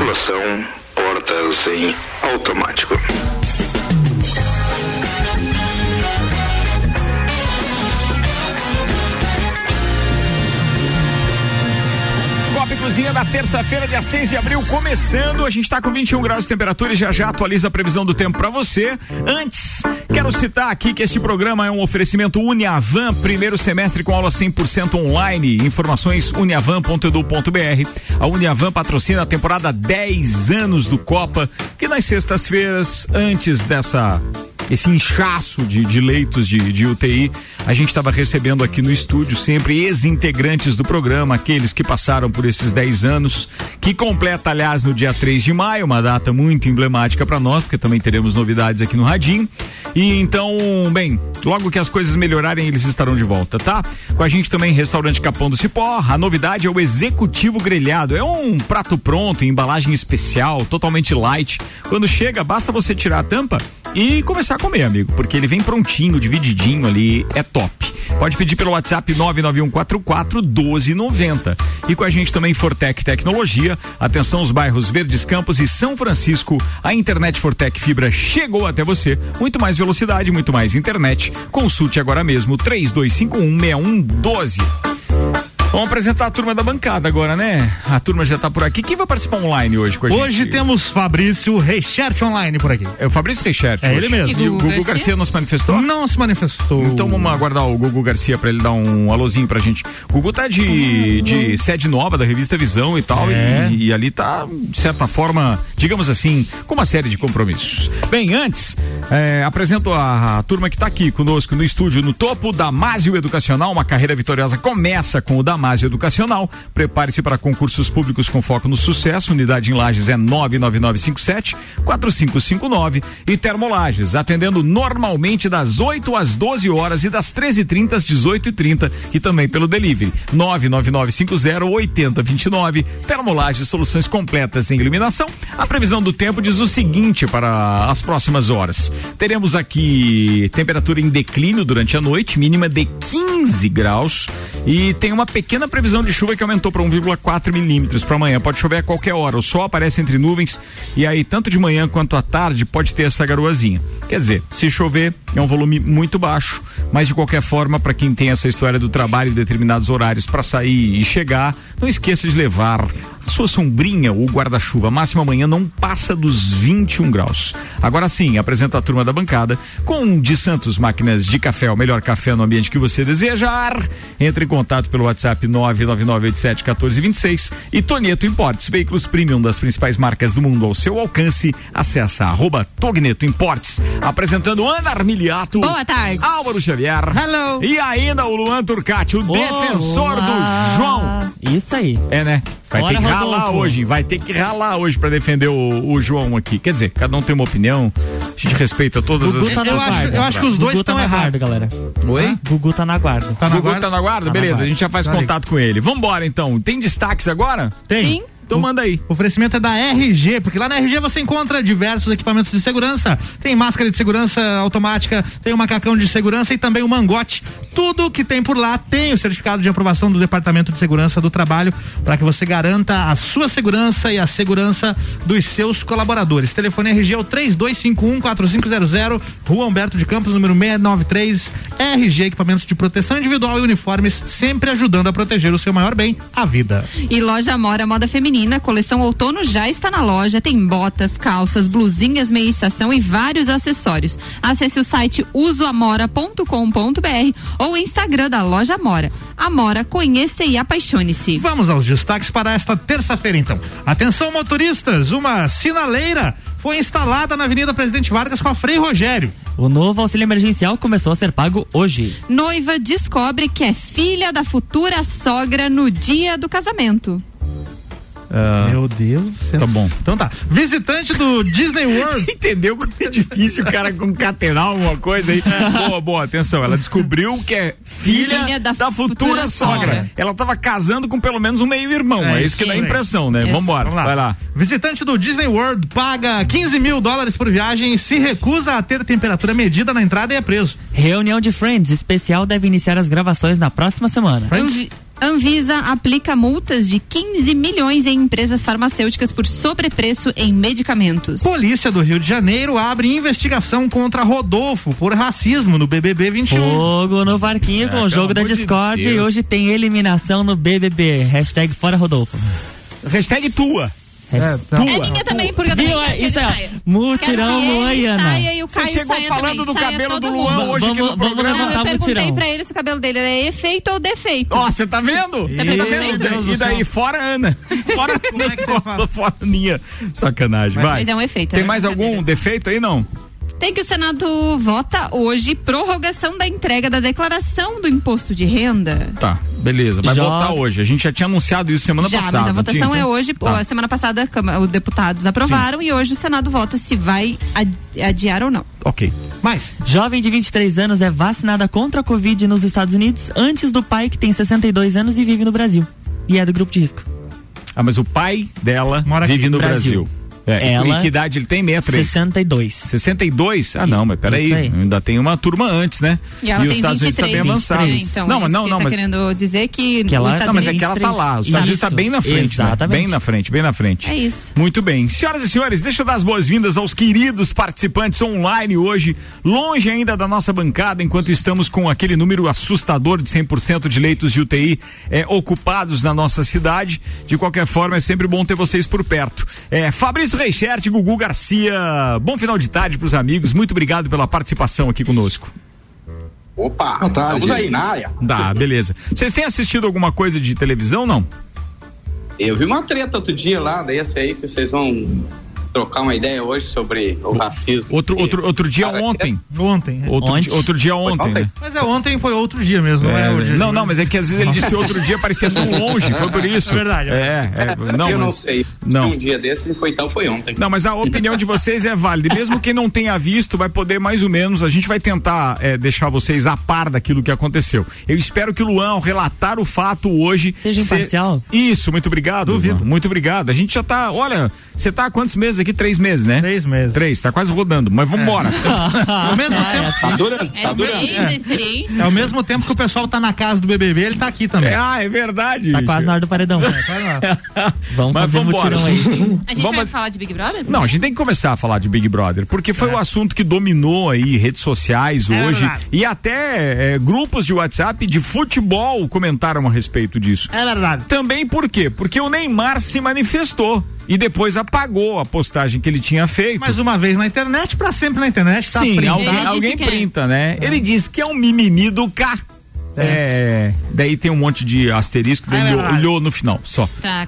circulação, portas em automático. Cozinha da terça-feira, dia 6 de abril, começando. A gente tá com 21 graus de temperatura e já atualiza a previsão do tempo pra você. Antes, quero citar aqui que este programa é um oferecimento Uniavan, primeiro semestre com aula 100% online. Informações uniavan.edu.br. A Uniavan patrocina a temporada 10 anos do Copa, que nas sextas-feiras, antes esse inchaço de leitos de UTI, a gente estava recebendo aqui no estúdio sempre ex-integrantes do programa, aqueles que passaram por esses 10 anos, que completa, aliás, no dia 3 de maio, uma data muito emblemática para nós, porque também teremos novidades aqui no Radinho. E então, bem, logo que as coisas melhorarem, eles estarão de volta, tá? Com a gente também Restaurante Capão do Cipó. A novidade é o Executivo Grelhado. É um prato pronto, em embalagem especial, totalmente light. Quando chega, basta você tirar a tampa e começar a comer, amigo, porque ele vem prontinho, divididinho ali, é top. Pode pedir pelo WhatsApp 991441290. E com a gente também Fortec Tecnologia. Atenção, os bairros Verdes Campos e São Francisco. A internet Fortec Fibra chegou até você. Muito mais velocidade, muito mais internet. Consulte agora mesmo 32516112. Vamos apresentar a turma da bancada agora, né? A turma já tá por aqui. Quem vai participar online hoje com a gente? Hoje temos Fabrício Reichert online por aqui. É o Fabrício Reichert. É ele mesmo. E o Gugu Garcia não se manifestou? Não se manifestou. Então vamos aguardar o Gugu Garcia pra ele dar um alôzinho pra gente. O Gugu tá de sede nova da revista Visão e tal, e ali tá, de certa forma, digamos assim, com uma série de compromissos. Bem, antes, apresento a turma que tá aqui conosco no estúdio, no topo. Damásio Educacional, uma carreira vitoriosa começa com o Damásio Educacional. Prepare-se para concursos públicos com foco no sucesso. Unidade em Lages é 99957-4559. E Termolages, atendendo normalmente das 8 às 12 horas e das 13h30 às 18h30, e também pelo delivery 99950-8029. Termolages, soluções completas em iluminação. A previsão do tempo diz o seguinte para as próximas horas: teremos aqui temperatura em declínio durante a noite, mínima de 15 graus, e tem uma pequena previsão de chuva que aumentou para 1,4 milímetros para amanhã. Pode chover a qualquer hora, o sol aparece entre nuvens e aí tanto de manhã quanto à tarde pode ter essa garoazinha. Quer dizer, se chover é um volume muito baixo, mas de qualquer forma, para quem tem essa história do trabalho em determinados horários para sair e chegar, não esqueça de levar a sua sombrinha ou guarda-chuva. Máxima amanhã não passa dos 21 graus. Agora sim, apresento a turma da bancada com de Santos Máquinas de Café, o melhor café no ambiente que você desejar. Entre em contato pelo WhatsApp 999871426 e Tonieto Imports, veículos premium das principais marcas do mundo ao seu alcance. Acesse @Togneto Imports. Apresentando Ana Armiliato. Boa tarde. Álvaro Xavier. Hello. E ainda o Luan Turcati, o defensor do João. Isso aí. É, né? Vai Bora, ter que ralar Rodolfo. hoje, vai ter que ralar hoje pra defender o João aqui. Quer dizer, cada um tem uma opinião, a gente respeita todas Gugu as... tá na guarda. Eu acho que os dois Gugu tá estão na guarda, errados. galera. Oi? Gugu tá na guarda. Gugu tá na guarda? Beleza, a gente já faz contato com ele. Vambora então, tem destaques agora? Tem. Sim. Então manda aí. O oferecimento é da RG, porque lá na RG você encontra diversos equipamentos de segurança. Tem máscara de segurança automática, tem o macacão de segurança e também o mangote. Tudo que tem por lá tem o certificado de aprovação do Departamento de Segurança do Trabalho para que você garanta a sua segurança e a segurança dos seus colaboradores. Telefone RG é o 3251-4500, Rua Humberto de Campos, número 693. RG, equipamentos de proteção individual e uniformes, sempre ajudando a proteger o seu maior bem, a vida. E Loja Amora Moda Feminina, coleção outono já está na loja, tem botas, calças, blusinhas, meia estação e vários acessórios. Acesse o site usoamora.com.br ou o Instagram da Loja Amora. Amora, conheça e apaixone-se. Vamos aos destaques para esta terça-feira, então. Atenção, motoristas, uma sinaleira foi instalada na Avenida Presidente Vargas com a Frei Rogério. O novo auxílio emergencial começou a ser pago hoje. Noiva descobre que é filha da futura sogra no dia do casamento. Meu Deus do céu. Tá bom. Então tá. Visitante do Disney World. Entendeu como é difícil o cara concatenar alguma coisa aí? Boa, atenção. Ela descobriu que é filha da futura sogra. Ela tava casando com pelo menos um meio-irmão. É isso que dá a impressão, né? Vambora, vai lá. Visitante do Disney World paga $15 mil por viagem e se recusa a ter temperatura medida na entrada e é preso. Reunião de Friends especial deve iniciar as gravações na próxima semana. Anvisa aplica multas de 15 milhões em empresas farmacêuticas por sobrepreço em medicamentos. Polícia do Rio de Janeiro abre investigação contra Rodolfo por racismo no BBB 21. Fogo no parquinho com o jogo da Discord e hoje tem eliminação no BBB. Hashtag fora Rodolfo. Hashtag tua. É minha também, porque eu também quero que ele saia. Mutirão Luan e Ana. Você chegou falando do cabelo do Luan hoje aqui no programa. Não, eu perguntei pra ele se o cabelo dele era efeito ou defeito. Ó, você tá vendo? Você tá vendo? E daí, fora Ana. Fora Nicola, fora Ninha. Sacanagem, vai. Mas é um efeito. Tem mais algum defeito aí, não? Tem que o Senado vota hoje prorrogação da entrega da declaração do imposto de renda. Tá, beleza. Vai votar hoje. A gente já tinha anunciado isso semana passada. Mas a votação é hoje. Tá. A semana passada os deputados aprovaram e hoje o Senado vota se vai adiar ou não. Ok. Mas, jovem de 23 anos é vacinada contra a Covid nos Estados Unidos antes do pai que tem 62 anos e vive no Brasil. E é do grupo de risco. Ah, mas o pai dela vive no Brasil. Ela, e que idade ele tem? 63? 62. 62? Ah, não, mas peraí. Ainda tem uma turma antes, né? E ela os tem Estados 23. Unidos tá bem avançado. Então, não, mas querendo dizer que ela, os Estados mas é que ela tá lá. Os Estados Unidos tá bem na frente. Exatamente. Né? Bem na frente. É isso. Muito bem. Senhoras e senhores, deixa eu dar as boas-vindas aos queridos participantes online hoje, longe ainda da nossa bancada, enquanto estamos com aquele número assustador de 100% de leitos de UTI ocupados na nossa cidade. De qualquer forma, é sempre bom ter vocês por perto. Fabrício Reichert, Gugu Garcia, bom final de tarde pros amigos, muito obrigado pela participação aqui conosco. Opa, estamos aí na área. Tá, beleza. Vocês têm assistido alguma coisa de televisão, não? Eu vi uma treta outro dia lá, desse aí que vocês vão trocar uma ideia hoje sobre o racismo. Outro dia ontem. Outro dia ontem, né? Mas ontem foi outro dia mesmo, não é o dia. Não, mas é que às vezes ele disse outro dia, parecia tão longe, foi por isso. É verdade. Eu não sei. Um dia desse foi ontem. Não, mas a opinião de vocês é válida. E mesmo quem não tenha visto vai poder mais ou menos, a gente vai tentar deixar vocês a par daquilo que aconteceu. Eu espero que o Luan, ao relatar o fato hoje... Seja imparcial. Isso, muito obrigado. Duvido. Muito obrigado. A gente já tá, olha, você tá há quantos meses aqui? 3 meses, né? 3 meses. 3, tá quase rodando, mas vambora. Ao mesmo tempo. Tá durando. Experiência. Ao mesmo tempo que o pessoal tá na casa do BBB, ele tá aqui também. É verdade. Tá quase na hora do paredão. Vamos fazer um mutirão aí. A gente vai falar de Big Brother? Não, a gente tem que começar a falar de Big Brother, porque foi o assunto que dominou aí redes sociais hoje, verdade. E até grupos de WhatsApp de futebol comentaram a respeito disso. É verdade. Também por quê? Porque o Neymar se manifestou e depois apagou a postagem que ele tinha feito. Mais uma vez na internet, pra sempre na internet. Tá Sim, printado. alguém printa, né? Ele disse que é um mimimi do K. Daí tem um monte de asterisco, daí olhou no final, só. Tá.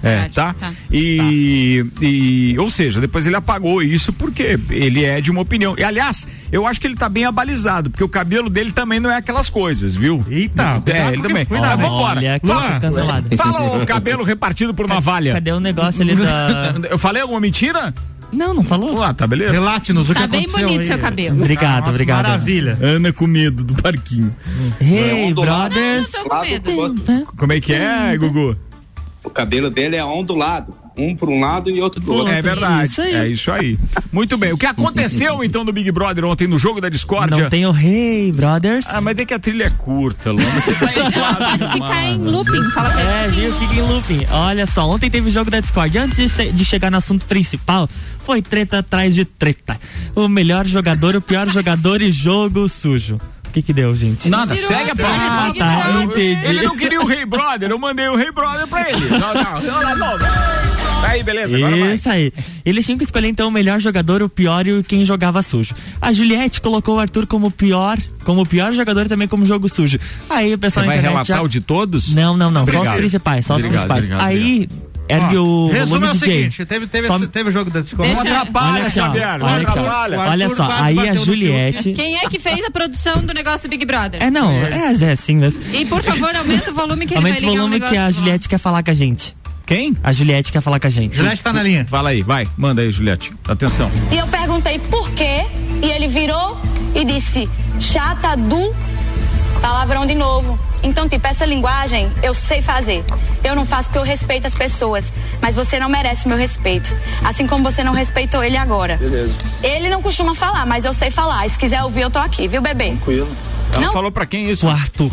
Ou seja, depois ele apagou isso porque ele é de uma opinião. E aliás, eu acho que ele tá bem abalizado, porque o cabelo dele também não é aquelas coisas, viu? Eita, ele também. Cuidado, vambora. Fala o cabelo repartido por navalha. Cadê o negócio ali da... Eu falei alguma mentira? Não falou. Ah, tá beleza. Relate-nos o que aconteceu. Tá bem bonito aí. Seu cabelo. Obrigado. Maravilha. Ana com medo do parquinho. Hey, brothers. Não tô com medo. Como é que é, Gugu? O cabelo dele é ondulado. Um para um lado e outro do outro. É verdade. É isso aí. Muito bem. O que aconteceu então no Big Brother ontem no jogo da discórdia? Não tem o Hey Brothers. Ah, mas é que a trilha é curta, Luana. Você tá Pode ficar em looping. Fala pra ele. Viu? Fica em looping. Olha só, ontem teve o jogo da Discord. Antes de chegar no assunto principal, foi treta atrás de treta. O melhor jogador, o pior jogador e jogo sujo. O que deu, gente? Nada, segue a Ah, tá, entendi. Ele não queria o Hey Brother, eu mandei o Hey Brother pra ele. Não. Aí, beleza, agora vai. Isso aí. Eles tinham que escolher então o melhor jogador, o pior e quem jogava sujo. A Juliette colocou o Arthur como pior jogador e também como jogo sujo. Aí o pessoal Você vai relatar o de todos? Não. Obrigado. Só os principais, Obrigado. Aí ergue o resumo volume é o DJ. seguinte, teve o jogo da Discord. Não atrapalha, Xavier. Não atrapalha. Olha só, aí a Juliette... Quem é que fez a produção do negócio do Big Brother? É assim mesmo. E por favor, aumenta o volume que ele vai ligar o negócio. Aumenta o volume que a Juliette quer falar com a gente. Quem? A Juliette quer falar com a gente. Juliette tá na linha. Fala aí, vai. Manda aí, Juliette. Atenção. E eu perguntei por quê, e ele virou e disse, chata do palavrão de novo. Então, tipo, essa linguagem eu sei fazer. Eu não faço porque eu respeito as pessoas. Mas você não merece o meu respeito. Assim como você não respeitou ele agora. Beleza. Ele não costuma falar, mas eu sei falar. E se quiser ouvir, eu tô aqui, viu, bebê? Tranquilo. Ela falou pra quem isso? O Arthur.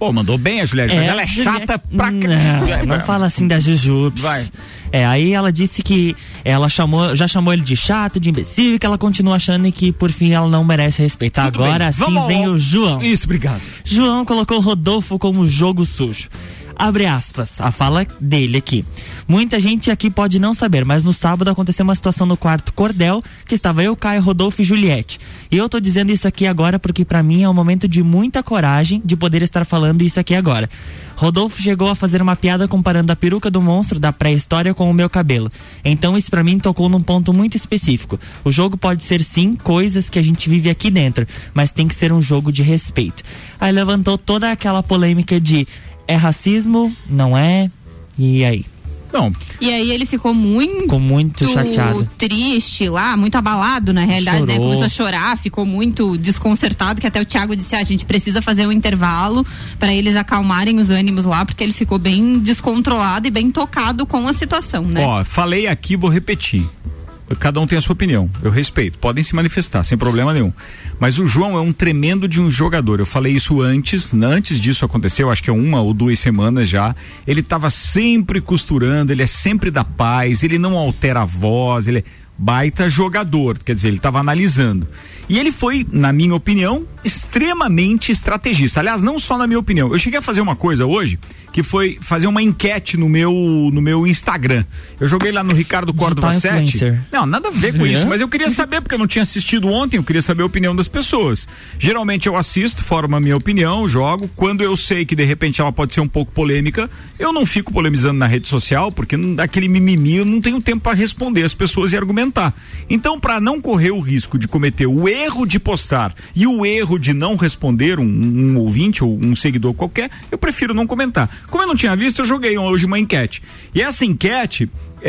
Pô, mandou bem a Juliette, mas ela é chata pra caramba. Não fala assim da Jujubes. Vai. Aí ela disse que ela já chamou ele de chato, de imbecil, e que ela continua achando que por fim ela não merece respeitar. Tudo agora bem. sim vem o João. Isso, obrigado. João colocou Rodolfo como jogo sujo. Abre aspas, a fala dele aqui. Muita gente aqui pode não saber, mas no sábado aconteceu uma situação no quarto Cordel, que estava eu, Caio, Rodolfo e Juliette. E eu tô dizendo isso aqui agora porque pra mim é um momento de muita coragem de poder estar falando isso aqui agora. Rodolfo chegou a fazer uma piada comparando a peruca do monstro da pré-história com o meu cabelo. Então isso pra mim tocou num ponto muito específico. O jogo pode ser sim coisas que a gente vive aqui dentro, mas tem que ser um jogo de respeito. Aí levantou toda aquela polêmica de é racismo, não é? E aí? Não. E aí ele ficou muito chateado, triste lá, muito abalado na realidade, chorou, né? Começou a chorar, ficou muito desconcertado, que até o Thiago disse, a gente precisa fazer um intervalo para eles acalmarem os ânimos lá, porque ele ficou bem descontrolado e bem tocado com a situação, né? Ó, falei aqui, vou repetir. Cada um tem a sua opinião, eu respeito, podem se manifestar, sem problema nenhum, mas o João é um tremendo de um jogador. Eu falei isso antes disso aconteceu, acho que é 1 ou 2 semanas já. Ele estava sempre costurando, ele é sempre da paz, ele não altera a voz, ele é baita jogador, quer dizer, ele estava analisando. E ele foi, na minha opinião, extremamente estrategista. Aliás, não só na minha opinião. Eu cheguei a fazer uma coisa hoje, que foi fazer uma enquete no meu Instagram. Eu joguei lá no Ricardo Córdova 7. Não, nada a ver com isso, mas eu queria saber, porque eu não tinha assistido ontem, eu queria saber a opinião das pessoas. Geralmente eu assisto, formo a minha opinião, jogo. Quando eu sei que de repente ela pode ser um pouco polêmica, eu não fico polemizando na rede social, porque daquele mimimi eu não tenho tempo para responder as pessoas e argumentar. Então, para não correr o risco de cometer o erro de postar e o erro de não responder um ouvinte ou um seguidor qualquer, eu prefiro não comentar. Como eu não tinha visto, eu joguei hoje uma enquete. E essa enquete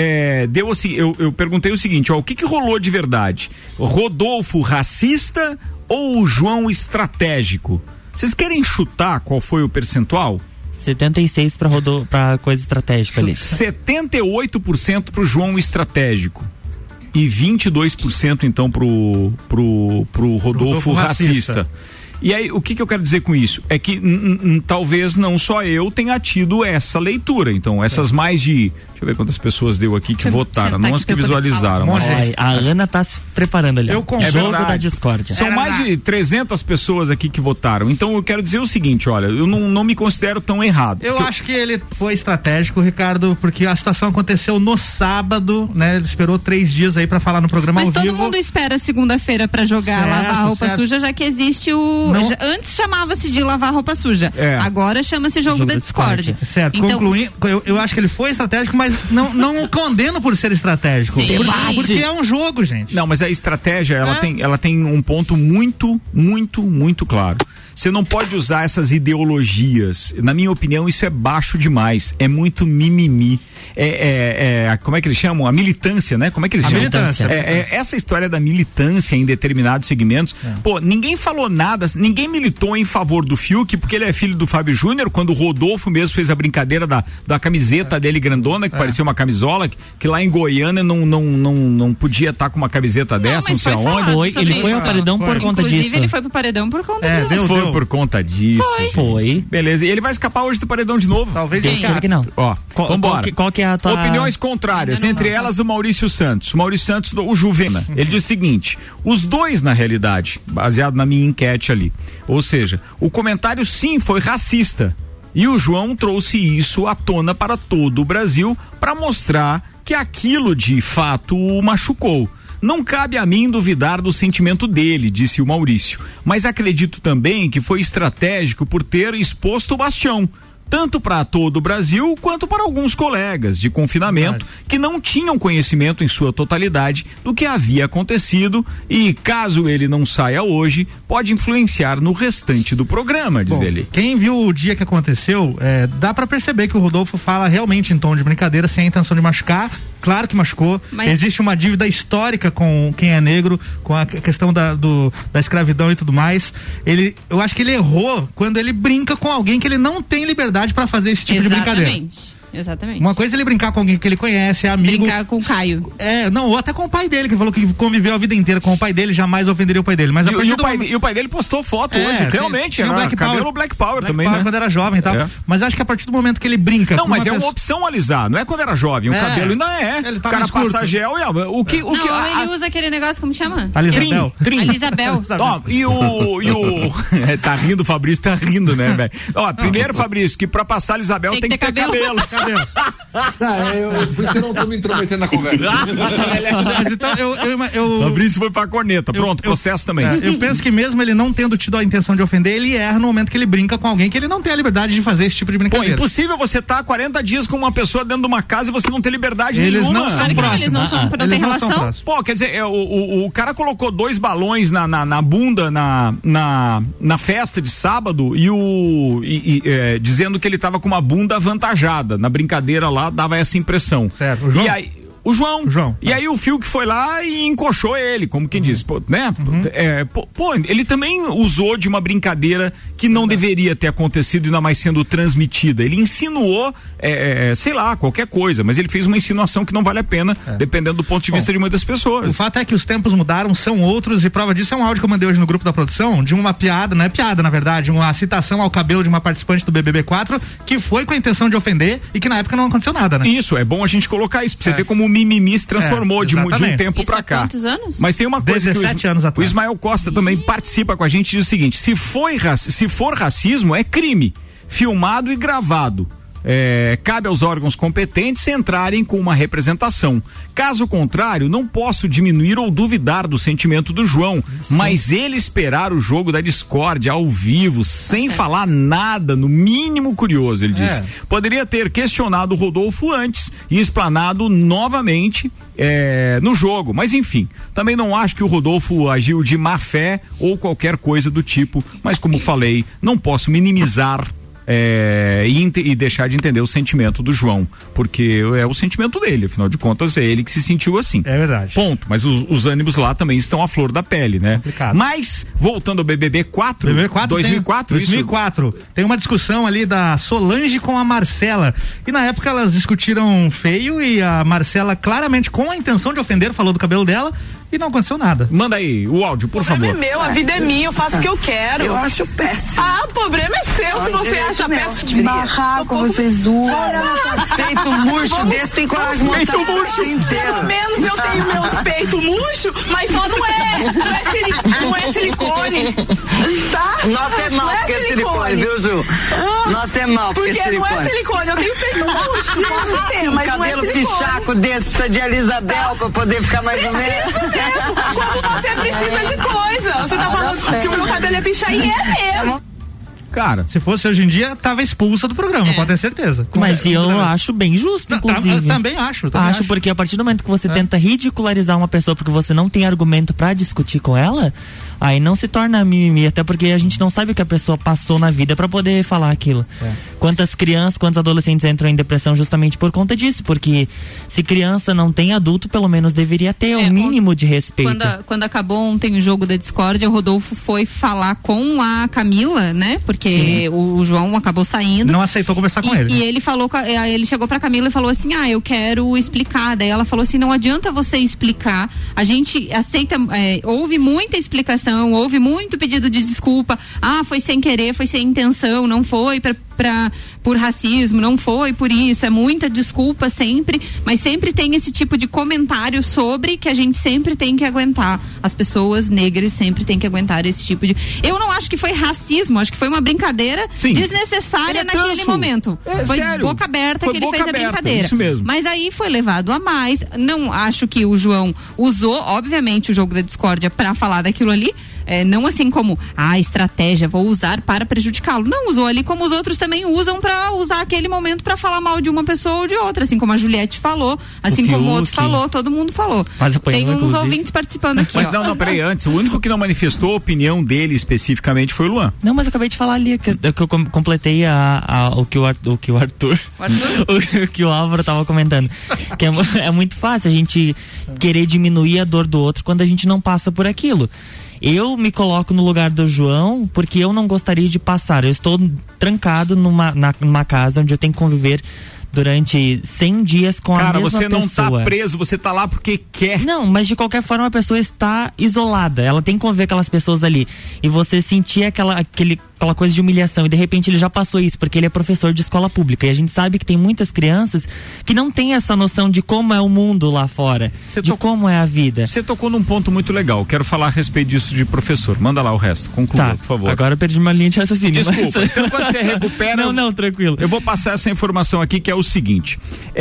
deu assim, eu perguntei o seguinte, ó, o que rolou de verdade? Rodolfo racista ou o João estratégico? Vocês querem chutar qual foi o percentual? 76 pra coisa estratégica ali. 78% pro João estratégico. E 22% então pro Rodolfo racista. E aí, o que eu quero dizer com isso? É que talvez não só eu tenha tido essa leitura. Então, essas mais de... Deixa eu ver quantas pessoas deu aqui que votaram, não as que visualizaram. Mas a Ana tá se preparando ali. É jogo da discórdia. São mais de 300 pessoas aqui que votaram. Então, eu quero dizer o seguinte, olha, eu não me considero tão errado. Eu acho que ele foi estratégico, Ricardo, porque a situação aconteceu no sábado, né? Ele esperou 3 dias aí pra falar no programa ao vivo. Mas todo mundo espera segunda-feira pra jogar, lavar roupa suja, já que existe antes chamava-se de lavar roupa suja. Agora chama-se jogo da discórdia. Certo. Então, concluindo, eu acho que ele foi estratégico, mas não condeno por ser estratégico. Porque é um jogo, gente. Não, mas a estratégia, ela tem um ponto muito, muito, muito claro. Você não pode usar essas ideologias. Na minha opinião, isso é baixo demais. É muito mimimi. Como é que eles chamam? A militância, né? Como é que eles chamam? Militância. Essa história da militância em determinados segmentos. Pô, ninguém falou nada, ninguém militou em favor do Fiuk, porque ele é filho do Fábio Júnior, quando o Rodolfo mesmo fez a brincadeira da camiseta dele grandona, que parecia uma camisola, que lá em Goiânia não podia estar com uma camiseta dessa, não sei aonde. Ele foi ao paredão por conta disso. Inclusive, ele foi pro paredão por conta disso. Foi por conta disso. Foi. Beleza. E ele vai escapar hoje do paredão de novo? Talvez que não. Ó, vambora. Qual que é a tua... Opiniões contrárias, entre elas o Maurício Santos. O Maurício Santos, o Juvena. Ele diz o seguinte: os dois, na realidade, baseado na minha enquete ali. Ou seja, o comentário sim foi racista. E o João trouxe isso à tona para todo o Brasil para mostrar que aquilo de fato o machucou. Não cabe a mim duvidar do sentimento dele, disse o Maurício, mas acredito também que foi estratégico por ter exposto o Bastião, tanto para todo o Brasil quanto para alguns colegas de confinamento que não tinham conhecimento em sua totalidade do que havia acontecido e, caso ele não saia hoje, pode influenciar no restante do programa, diz ele. Quem viu o dia que aconteceu, dá para perceber que o Rodolfo fala realmente em tom de brincadeira, sem a intenção de machucar. Claro que machucou. Mas existe uma dívida histórica com quem é negro, com a questão da escravidão e tudo mais. Eu acho que ele errou quando ele brinca com alguém que ele não tem liberdade para fazer esse tipo de brincadeira. Exatamente. Uma coisa é ele brincar com alguém que ele conhece, é amigo. Brincar com o Caio. Não, ou até com o pai dele, que falou que conviveu a vida inteira com o pai dele, jamais ofenderia o pai dele. Mas e o pai dele postou foto hoje, realmente, cabelo Black Power também, né? Quando era jovem e tal. Mas acho que a partir do momento que ele brinca. Não, mas é uma opção alisar, não é quando era jovem, o cabelo ainda é. Ele tá o cara passa gel e ele usa aquele negócio, como chama? Alisabel. Ó, e o tá rindo, o Fabrício tá rindo, né, velho? Ó, primeiro, Fabrício, que pra passar Isabel tem que ter cabelo. Por isso eu não tô me intrometendo na conversa. Mas então, Fabrício foi pra corneta, pronto, processo também. Eu penso que mesmo ele não tendo tido a intenção de ofender, ele erra no momento que ele brinca com alguém que ele não tem a liberdade de fazer esse tipo de brincadeira. Pô, impossível você tá 40 dias com uma pessoa dentro de uma casa e você não ter liberdade nenhuma. Não são próximos. Eles não são, não tem relação? Pô, quer dizer, o cara colocou 2 balões na bunda na festa de sábado dizendo que ele tava com uma bunda avantajada. Na brincadeira lá, dava essa impressão. Certo. O João? E aí, o João. E aí o Fio que foi lá e encoxou ele, como quem diz, né? Ele também usou de uma brincadeira que não deveria ter acontecido, ainda mais sendo transmitida. Ele insinuou, sei lá, qualquer coisa, mas ele fez uma insinuação que não vale a pena, dependendo do ponto de vista de muitas pessoas. O fato é que os tempos mudaram, são outros, e prova disso é um áudio que eu mandei hoje no grupo da produção, de uma piada, não é piada na verdade, uma citação ao cabelo de uma participante do BBB4, que foi com a intenção de ofender e que na época não aconteceu nada, né? Isso, é bom a gente colocar isso, pra você ver como o mimimi se transformou de um tempo pra cá. Quantos anos? Mas tem uma coisa 17 anos atrás. O Ismael Costa também participa com a gente e diz o seguinte: se for racismo, é crime, filmado e gravado. Cabe aos órgãos competentes entrarem com uma representação. Caso contrário, não posso diminuir ou duvidar do sentimento do João, mas ele esperar o jogo da discórdia ao vivo, sem falar nada, no mínimo curioso, ele disse. Poderia ter questionado o Rodolfo antes e explanado novamente no jogo, mas enfim, também não acho que o Rodolfo agiu de má fé ou qualquer coisa do tipo, mas como falei, não posso minimizar e deixar de entender o sentimento do João, porque é o sentimento dele, afinal de contas é ele que se sentiu assim. É verdade. Ponto. Mas os ânimos lá também estão à flor da pele, né? Complicado. Mas, voltando ao BBB 4, 2004, tem uma discussão ali da Solange com a Marcela, e na época elas discutiram feio e a Marcela claramente com a intenção de ofender falou do cabelo dela e não aconteceu nada. Manda aí o áudio, por favor. O problema é meu, a vida é minha, eu faço o que eu quero. Eu acho péssimo. O problema é seu, se você acha péssimo. Barraco, vocês duas. Peito murcho desse, tem coragem de mostrar. Peito murcho inteiro. Pelo menos eu tenho meus peitos murcho, mas só não é silicone. Tá? Nossa, é mal porque é silicone, viu, Ju? Nossa, é mal porque é silicone. Porque não é silicone, eu tenho peito murcho, posso ter, mas não é silicone. Cabelo pichaco desse precisa de Elisabel pra poder ficar mais ou menos. Quando você precisa de coisa. Você tá falando que o meu cabelo é pichar e é mesmo. Cara, se fosse hoje em dia, tava expulsa do programa, pode ter certeza. Mas eu acho bem justo, inclusive. Também acho. Acho, porque a partir do momento que você tenta ridicularizar uma pessoa porque você não tem argumento pra discutir com ela, aí não se torna mimimi, até porque a gente não sabe o que a pessoa passou na vida pra poder falar aquilo. Quantas crianças, quantos adolescentes entram em depressão justamente por conta disso, porque se criança não tem adulto, pelo menos deveria ter um mínimo de respeito. Quando acabou ontem o jogo da discórdia, o Rodolfo foi falar com a Camila, né? Porque o João acabou saindo. Não aceitou conversar com ele. E ele falou, ele chegou pra Camila e falou assim, eu quero explicar. Daí ela falou assim, não adianta você explicar, a gente aceita, houve muita explicação, houve muito pedido de desculpa, foi sem querer, foi sem intenção, não foi por racismo, não foi por isso, é muita desculpa sempre, mas sempre tem esse tipo de comentário sobre que a gente sempre tem que aguentar. As pessoas negras sempre têm que aguentar esse tipo de... Eu não acho que foi racismo, acho que foi uma brincadeira desnecessária naquele momento. Foi sério? Boca aberta que ele fez a brincadeira. Isso mesmo. Mas aí foi levado a mais. Não acho que o João usou, obviamente, o jogo da discórdia pra falar daquilo ali. Não assim como estratégia, vou usar para prejudicá-lo. Não, usou ali como os outros também usam para usar aquele momento para falar mal de uma pessoa ou de outra, assim como a Juliette falou, assim como o outro falou, todo mundo falou. Tem uns ouvintes participando aqui. Mas não, peraí, antes, o único que não manifestou a opinião dele especificamente foi o Luan. Não, mas eu acabei de falar ali que eu completei o que o Arthur? O que o Álvaro tava comentando. Que é muito fácil a gente querer diminuir a dor do outro quando a gente não passa por aquilo. Eu me coloco no lugar do João porque eu não gostaria de passar. Eu estou trancado numa casa onde eu tenho que conviver durante 100 dias com a mesma pessoa. Cara, você não tá preso, você tá lá porque quer. Não, mas de qualquer forma a pessoa está isolada, ela tem que conviver com aquelas pessoas ali, e você sentir aquela coisa de humilhação, e de repente ele já passou isso, porque ele é professor de escola pública, e a gente sabe que tem muitas crianças que não tem essa noção de como é o mundo lá fora, como é a vida. Você tocou num ponto muito legal, quero falar a respeito disso de professor, manda lá o resto, conclua, por favor. Agora eu perdi uma linha de raciocínio. Desculpa, então quando você recupera... Não, tranquilo. Eu vou passar essa informação aqui, que é o seguinte,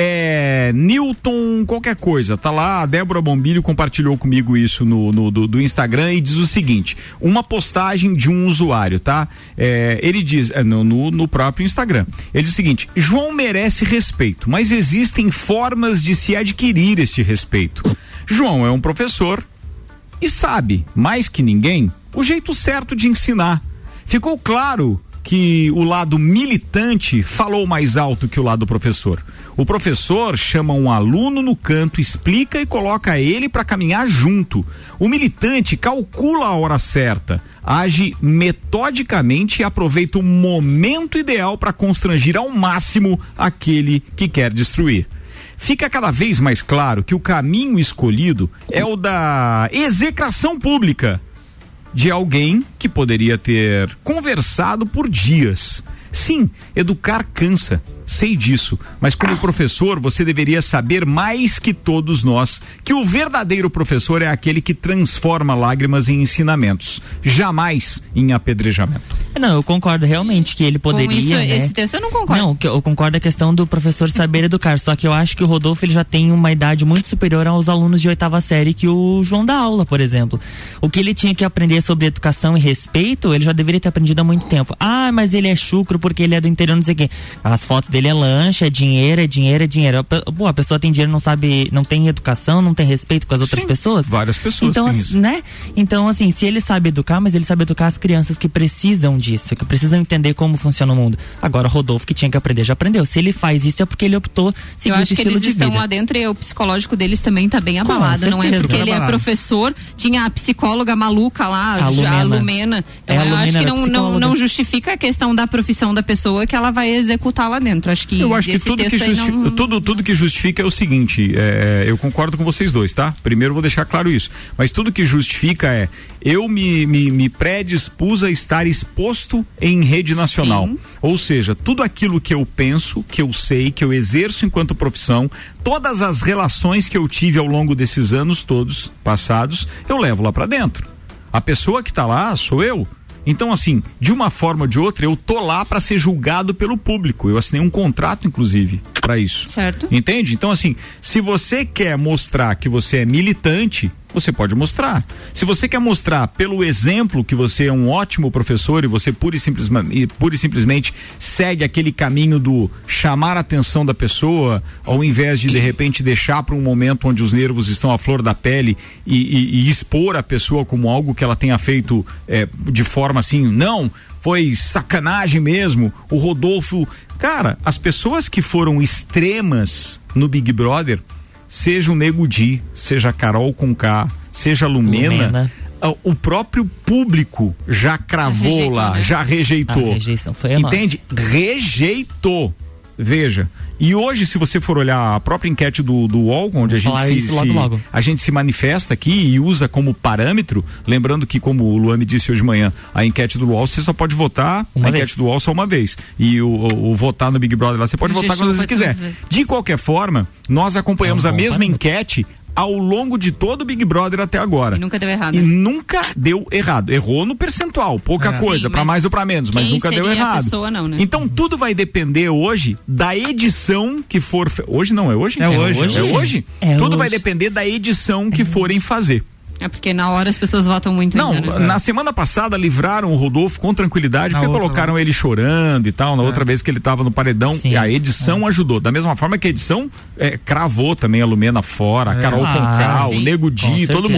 Newton qualquer coisa, tá lá, a Débora Bombilho compartilhou comigo isso do Instagram, e diz o seguinte, uma postagem de um usuário, tá? Ele diz, no próprio Instagram, ele diz o seguinte: João merece respeito, mas existem formas de se adquirir este respeito. João é um professor e sabe, mais que ninguém, o jeito certo de ensinar. Ficou claro que o lado militante falou mais alto que o lado professor. O professor chama um aluno no canto, explica e coloca ele para caminhar junto. O militante calcula a hora certa, age metodicamente e aproveita o momento ideal para constrangir ao máximo aquele que quer destruir. Fica cada vez mais claro que o caminho escolhido é o da execração pública de alguém que poderia ter conversado por dias. Sim, educar cansa, sei disso, mas como professor você deveria saber mais que todos nós que o verdadeiro professor é aquele que transforma lágrimas em ensinamentos, jamais em apedrejamento. Não, eu concordo realmente que ele poderia, com isso, né? esse texto eu não concordo. Não, eu concordo a questão do professor saber educar, só que eu acho que o Rodolfo ele já tem uma idade muito superior aos alunos de 8ª série que o João dá aula, por exemplo. O que ele tinha que aprender sobre educação e respeito, ele já deveria ter aprendido há muito tempo. Ah, mas ele é chucro porque ele é do interior, não sei o quê. As fotos dele é lancha, é dinheiro. Pô, a pessoa tem dinheiro, não sabe, não tem educação, não tem respeito com as outras pessoas. Várias pessoas então, têm isso. Né? Então, assim, se ele sabe educar, mas ele sabe educar as crianças que precisam disso, que precisam entender como funciona o mundo. Agora, o Rodolfo, que tinha que aprender, já aprendeu. Se ele faz isso, é porque ele optou seguir esse estilo de vida. Eu acho que eles estão lá dentro e o psicológico deles também tá bem abalado. Não é porque ele é professor, tinha a psicóloga maluca lá, a Lumena. Então, eu acho que não justifica a questão da profissão da pessoa que ela vai executar lá dentro. Acho que tudo que justifica é o seguinte, eu concordo com vocês dois, tá? Primeiro vou deixar claro isso, mas tudo que justifica eu me predispus a estar exposto em rede nacional. Sim. Ou seja, tudo aquilo que eu penso, que eu sei, que eu exerço enquanto profissão, todas as relações que eu tive ao longo desses anos todos passados, eu levo lá pra dentro. A pessoa que tá lá sou eu. Então, assim, de uma forma ou de outra, eu tô lá para ser julgado pelo público. Eu assinei um contrato, inclusive, para isso. Certo. Entende? Então, assim, se você quer mostrar que você é militante, você pode mostrar. Se você quer mostrar pelo exemplo que você é um ótimo professor e você pura e simplesmente segue aquele caminho do chamar a atenção da pessoa, ao invés de repente deixar para um momento onde os nervos estão à flor da pele e expor a pessoa como algo que ela tenha feito de forma assim, não, foi sacanagem mesmo, o Rodolfo, cara, as pessoas que foram extremas no Big Brother, seja o Nego Di, seja a Carol Conká, seja a Lumena, o próprio público já cravou lá, né? Já rejeitou. A rejeição foi entende? Rejeitou. Veja, e hoje se você for olhar a própria enquete do UOL, onde a gente se manifesta aqui e usa como parâmetro, lembrando que, como o Luan me disse hoje de manhã, a enquete do UOL você só pode votar, enquete do UOL só uma vez, e o votar no Big Brother lá você pode votar quando você quiser. De qualquer forma, nós acompanhamos a mesma enquete ao longo de todo o Big Brother até agora. E nunca deu errado. E nunca deu errado. Errou no percentual, pouca coisa, para mais ou para menos, mas nunca deu errado. A pessoa não, né? Então tudo vai depender hoje da edição que for. Hoje não, é hoje? É hoje. É hoje? Tudo vai depender da edição que forem fazer. É porque na hora as pessoas votam muito. Não, ainda, né? Na semana passada livraram o Rodolfo com tranquilidade, porque colocaram ele chorando e tal, na outra vez que ele tava no paredão. Sim. E a edição ajudou. Da mesma forma que a edição cravou também a Lumena fora, a Carol Conká, o Nego Di, todo mundo.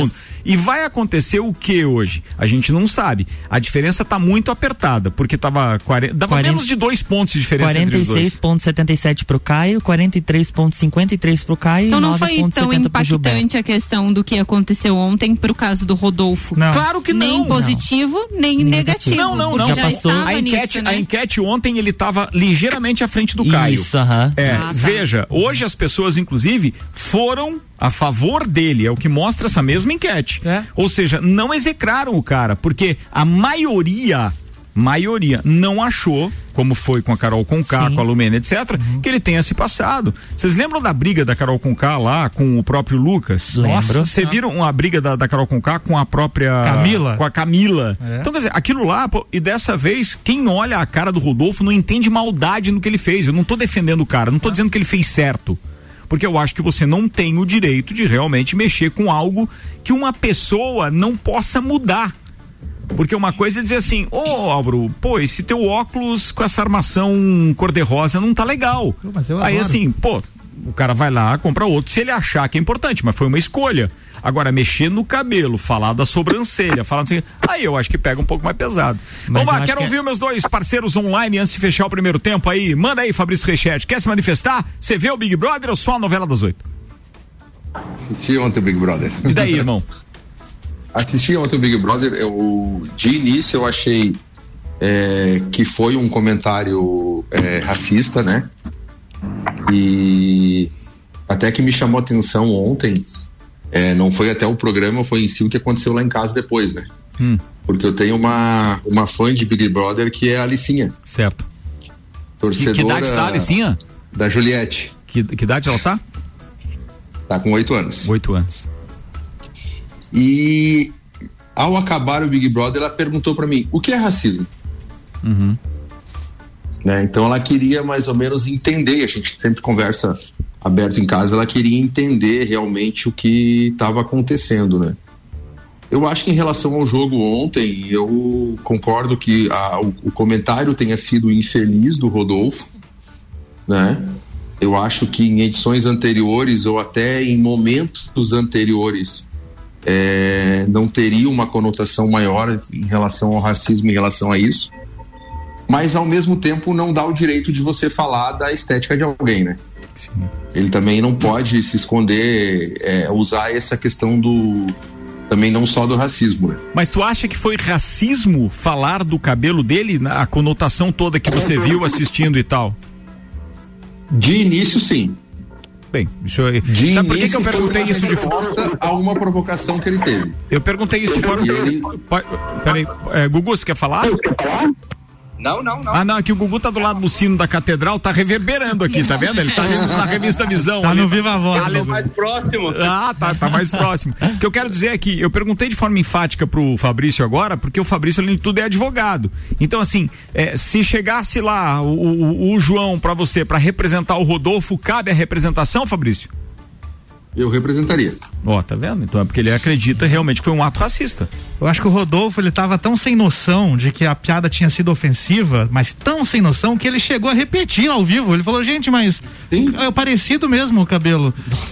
E vai acontecer o que hoje? A gente não sabe. A diferença tá muito apertada, porque dava menos de 2 pontos de diferença entre os dois. 46,77 pro Caio, 43,53 pro Caio então e 9,70 não foi tão impactante a questão do que aconteceu ontem pro caso do Rodolfo. Não. Claro que não. Nem positivo, nem negativo. Não. Já passou. A enquete ontem ele estava ligeiramente à frente do Caio. Isso, aham. Veja, hoje as pessoas, inclusive, foram a favor dele, é o que mostra essa mesma enquete. Ou seja, não execraram o cara, porque a maioria não achou, como foi com a Carol Conká, com a Lumena, etc., que ele tenha se passado. Vocês lembram da briga da Carol Conká lá com o próprio Lucas? Lembro. Vocês viram a briga da Carol Conká com a própria Camila? Com a Camila. Então, quer dizer, aquilo lá, e dessa vez, quem olha a cara do Rodolfo não entende maldade no que ele fez. Eu não tô defendendo o cara, não tô dizendo que ele fez certo. Porque eu acho que você não tem o direito de realmente mexer com algo que uma pessoa não possa mudar. Porque uma coisa é dizer assim, Álvaro, esse teu óculos com essa armação cor-de-rosa não tá legal. Aí assim, o cara vai lá, compra outro se ele achar que é importante, mas foi uma escolha. Agora, mexer no cabelo, falar da sobrancelha, falar assim, aí eu acho que pega um pouco mais pesado. Vamos lá, quero ouvir meus dois parceiros online antes de fechar o primeiro tempo aí. Manda aí, Fabrício Rechetti, quer se manifestar? Você vê o Big Brother ou só a novela das 8? Assisti ontem o Big Brother. E daí, irmão? Assisti ontem o Big Brother, de início eu achei que foi um comentário racista, né? E até que me chamou a atenção ontem, não foi até o programa, foi em si o que aconteceu lá em casa depois, né? Porque eu tenho uma fã de Big Brother que é a Alicinha. Certo. Torcedora. Que idade tá a Alicinha? Da Juliette. Que idade ela tá? Tá com 8 anos. 8 anos. E ao acabar o Big Brother, ela perguntou pra mim, o que é racismo? Né? Então ela queria mais ou menos entender, a gente sempre conversa aberto em casa, ela queria entender realmente o que estava acontecendo, né? Eu acho que em relação ao jogo ontem, eu concordo que o comentário tenha sido infeliz do Rodolfo, né? Eu acho que em edições anteriores ou até em momentos anteriores não teria uma conotação maior em relação ao racismo, em relação a isso, mas ao mesmo tempo não dá o direito de você falar da estética de alguém, né? Sim. Ele também não pode se esconder, usar essa questão também não só do racismo, né? Mas tu acha que foi racismo falar do cabelo dele, a conotação toda que você viu assistindo e tal? De início, sim. Bem, sabe por que eu perguntei isso de forma a uma provocação que ele teve? Eu perguntei isso de forma. Peraí, Gugu, você quer falar? Eu quero falar? Não. Ah, não, aqui o Gugu tá do lado do sino da catedral, tá reverberando aqui, tá vendo? Ele tá lendo na revista Visão. Tá no Viva Voz. Tá mais próximo. Tá mais próximo. O que eu quero dizer é que eu perguntei de forma enfática pro Fabrício agora, porque o Fabrício, além de tudo, é advogado. Então, assim, se chegasse lá o João pra você, pra representar o Rodolfo, cabe a representação, Fabrício? Eu representaria. Tá vendo? Então é porque ele acredita realmente que foi um ato racista. Eu acho que o Rodolfo, ele tava tão sem noção de que a piada tinha sido ofensiva, mas tão sem noção que ele chegou a repetir ao vivo. Ele falou, gente, mas é parecido mesmo o cabelo.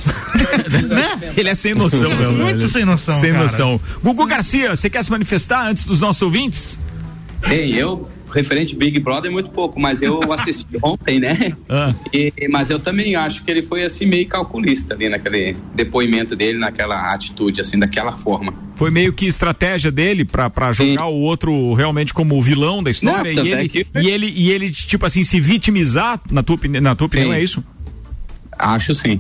Né? Ele é sem noção, meu. Muito sem noção, sem noção. Gugu Garcia, você quer se manifestar antes dos nossos ouvintes? Referente Big Brother muito pouco, mas eu assisti ontem, né? Mas eu também acho que ele foi assim meio calculista ali naquele depoimento dele, naquela atitude, assim, daquela forma. Foi meio que estratégia dele pra jogar o outro realmente como o vilão da história. Não, e ele, tipo assim, se vitimizar, na tua opinião, é isso? Acho sim.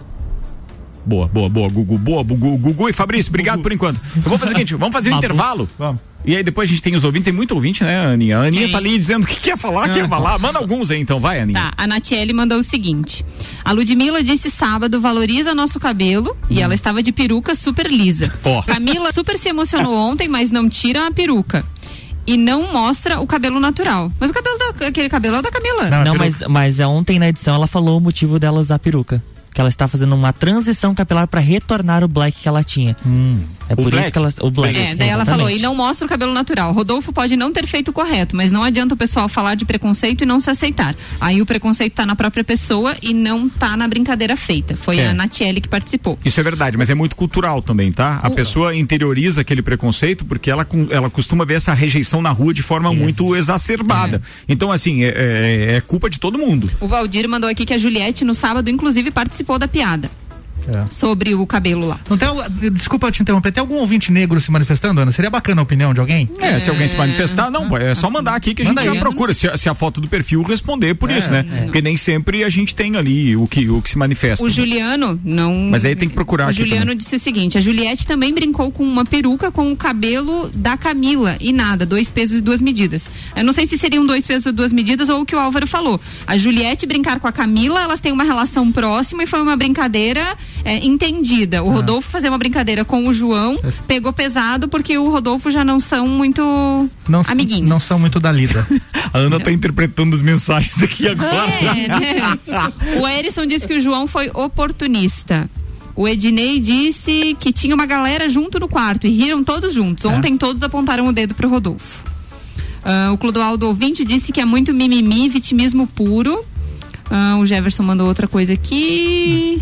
Boa, Gugu. Gugu e Fabrício, obrigado por enquanto. Eu vou fazer o seguinte, vamos fazer um intervalo. Vamos. E aí depois a gente tem os ouvintes, tem muito ouvinte, né, Aninha? A Aninha tá ali dizendo que quer falar. Manda alguns aí, então, vai, Aninha. Tá, a Natiele mandou o seguinte: a Ludmilla disse sábado, valoriza nosso cabelo, e ela estava de peruca super lisa. Camila super se emocionou ontem, mas não tira a peruca. E não mostra o cabelo natural. Mas aquele cabelo é da Camila. Não, mas ontem na edição ela falou o motivo dela usar peruca. que ela está fazendo uma transição capilar para retornar o black que ela tinha. É por isso que ela... O black. Daí ela falou, e não mostra o cabelo natural. Rodolfo pode não ter feito o correto, mas não adianta o pessoal falar de preconceito e não se aceitar. Aí o preconceito tá na própria pessoa e não tá na brincadeira feita. Foi a Natiele que participou. Isso é verdade, mas é muito cultural também, tá? A pessoa interioriza aquele preconceito porque ela costuma ver essa rejeição na rua de forma muito exacerbada. Então, assim, é culpa de todo mundo. O Valdir mandou aqui que a Juliette, no sábado, inclusive, participou da piada. Sobre o cabelo lá. Não tem, desculpa te interromper, tem algum ouvinte negro se manifestando, Ana? Seria bacana a opinião de alguém? Se alguém se manifestar, não, é só mandar aqui que a gente já procura, se a foto do perfil responder por isso, né? Porque nem sempre a gente tem ali o que se manifesta. O Juliano, não... Mas aí tem que procurar. O Juliano também disse o seguinte, a Juliette também brincou com uma peruca com o cabelo da Camila, e nada, 2 pesos e 2 medidas. Eu não sei se seriam 2 pesos e 2 medidas ou o que o Álvaro falou. A Juliette brincar com a Camila, elas têm uma relação próxima e foi uma brincadeira entendida. O Rodolfo fazer uma brincadeira com o João pegou pesado porque o Rodolfo já não são muito amiguinhos. Não são muito da lida. A Ana tá interpretando as mensagens aqui agora. Né? O Erison disse que o João foi oportunista. O Ednei disse que tinha uma galera junto no quarto e riram todos juntos. Ontem todos apontaram o dedo pro Rodolfo. O Clodoaldo ouvinte disse que é muito mimimi, vitimismo puro. O Jefferson mandou outra coisa aqui.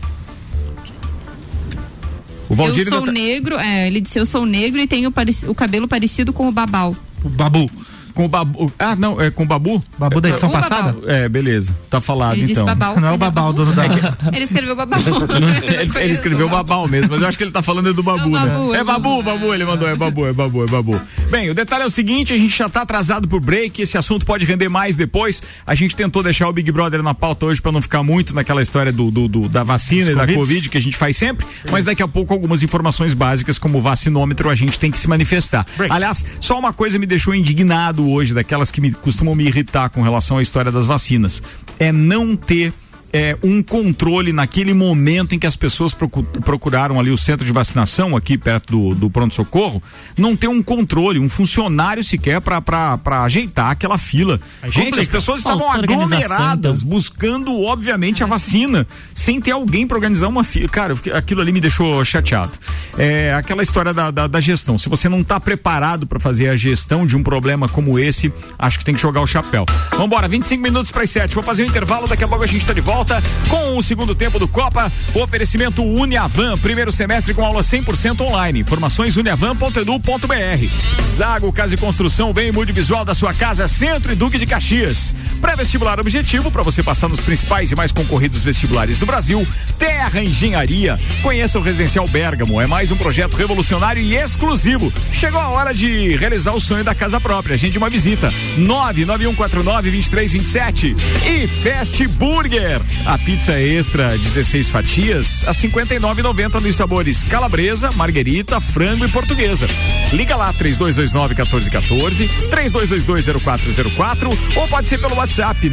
Eu sou negro, ele disse eu sou negro e tenho o cabelo parecido com o Babau. O Babu. Com o Babu. Ah, não, é com o Babu? Babu da edição passada? Beleza. Tá falado ele então. Disse Babau. Não é o Babau, dono da... Ele escreveu Babau. ele escreveu Babau mesmo, mas eu acho que ele tá falando do Babu, né? É Babu, ele mandou, é Babu. Bem, o detalhe é o seguinte, a gente já tá atrasado pro break, esse assunto pode render mais depois. A gente tentou deixar o Big Brother na pauta hoje pra não ficar muito naquela história da vacina e da Covid que a gente faz sempre, mas daqui a pouco algumas informações básicas como o vacinômetro a gente tem que se manifestar. Aliás, só uma coisa me deixou indignado hoje, daquelas que costumam me irritar com relação à história das vacinas, é não ter um controle naquele momento em que as pessoas procuraram ali o centro de vacinação aqui perto do pronto-socorro, não ter um controle, um funcionário sequer pra ajeitar aquela fila. Gente, as pessoas estavam aglomeradas buscando obviamente a vacina, sem ter alguém pra organizar uma fila. Cara, aquilo ali me deixou chateado. É aquela história da gestão, se você não tá preparado pra fazer a gestão de um problema como esse, acho que tem que jogar o chapéu. Vambora, 25 minutos para as 7, vou fazer um intervalo, daqui a pouco a gente tá de volta com o segundo tempo do Copa, oferecimento Uniavan, primeiro semestre com aula 100% online. Informações uniavan.edu.br. Zago Casa e Construção, vem e mude visual da sua casa, Centro e Duque de Caxias. Pré-vestibular objetivo para você passar nos principais e mais concorridos vestibulares do Brasil. Terra Engenharia. Conheça o Residencial Bérgamo, é mais um projeto revolucionário e exclusivo. Chegou a hora de realizar o sonho da casa própria. Agende uma visita. 99149-2327. E Fast Burger. A pizza extra 16 fatias a R$59,90 nos sabores calabresa, marguerita, frango e portuguesa. Liga lá 3229-1414, 3222-0404 ou pode ser pelo WhatsApp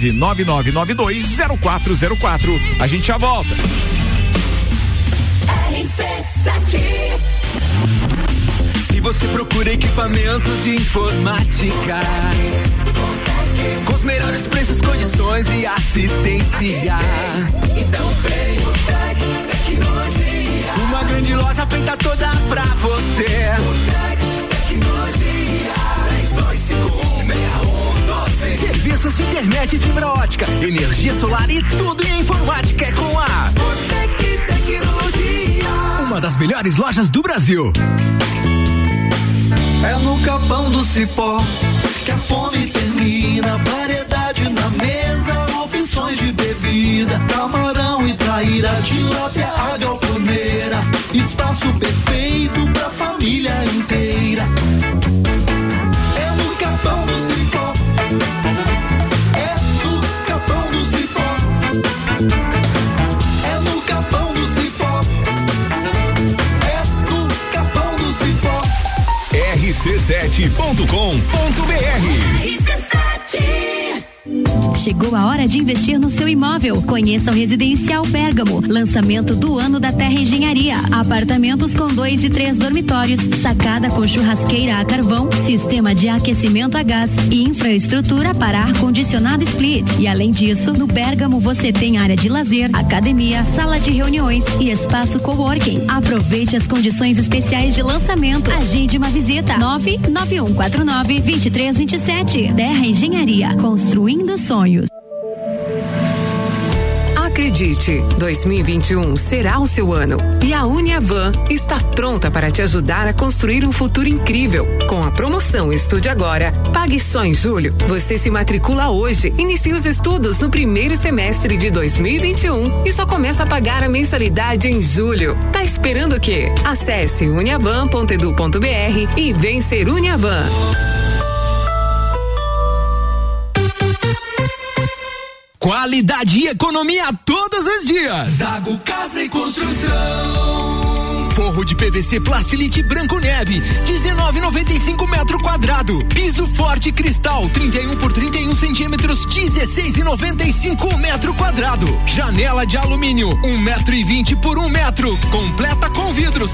99992-0404. A gente já volta. Se você procura equipamentos de informática com os melhores preços, condições e assistência, então vem o Tecnologia. Uma grande loja feita toda pra você. O Tecnologia 32516112. Serviços de internet e fibra ótica, energia solar e tudo em informática é com a Botec Tecnologia. Uma das melhores lojas do Brasil. É no Capão do Cipó que a fome termina, variedade na mesa, opções de bebida, camarão e traíra, tilápia, a galponeira, espaço perfeito pra família inteira. É no Capão do Cipó, é no Capão do Cipó, é no Capão do Cipó, é no Capão do Cipó. rc7.com.br. RC7 Chegou a hora de investir no seu imóvel. Conheça o Residencial Pérgamo. Lançamento do ano da Terra Engenharia. Apartamentos com 2 e 3 dormitórios, sacada com churrasqueira a carvão, sistema de aquecimento a gás e infraestrutura para ar-condicionado split. E além disso, no Pérgamo você tem área de lazer, academia, sala de reuniões e espaço coworking. Aproveite as condições especiais de lançamento. Agende uma visita. 99149-2327. Terra Engenharia. Construindo sonhos. Acredite, 2021 será o seu ano e a Uniavan está pronta para te ajudar a construir um futuro incrível. Com a promoção Estude Agora, pague só em julho. Você se matricula hoje, inicia os estudos no primeiro semestre de 2021 e só começa a pagar a mensalidade em julho. Tá esperando o quê? Acesse uniavan.edu.br e vem ser Uniavan. Qualidade e economia todos os dias. Zago Casa e Construção. Forro de PVC Plastilite Branco Neve, 19,95 metro quadrado. Piso forte cristal, 31 por 31 centímetros, 16,95 metro quadrado. Janela de alumínio, 1,20 por 1 metro. Completa com vidros,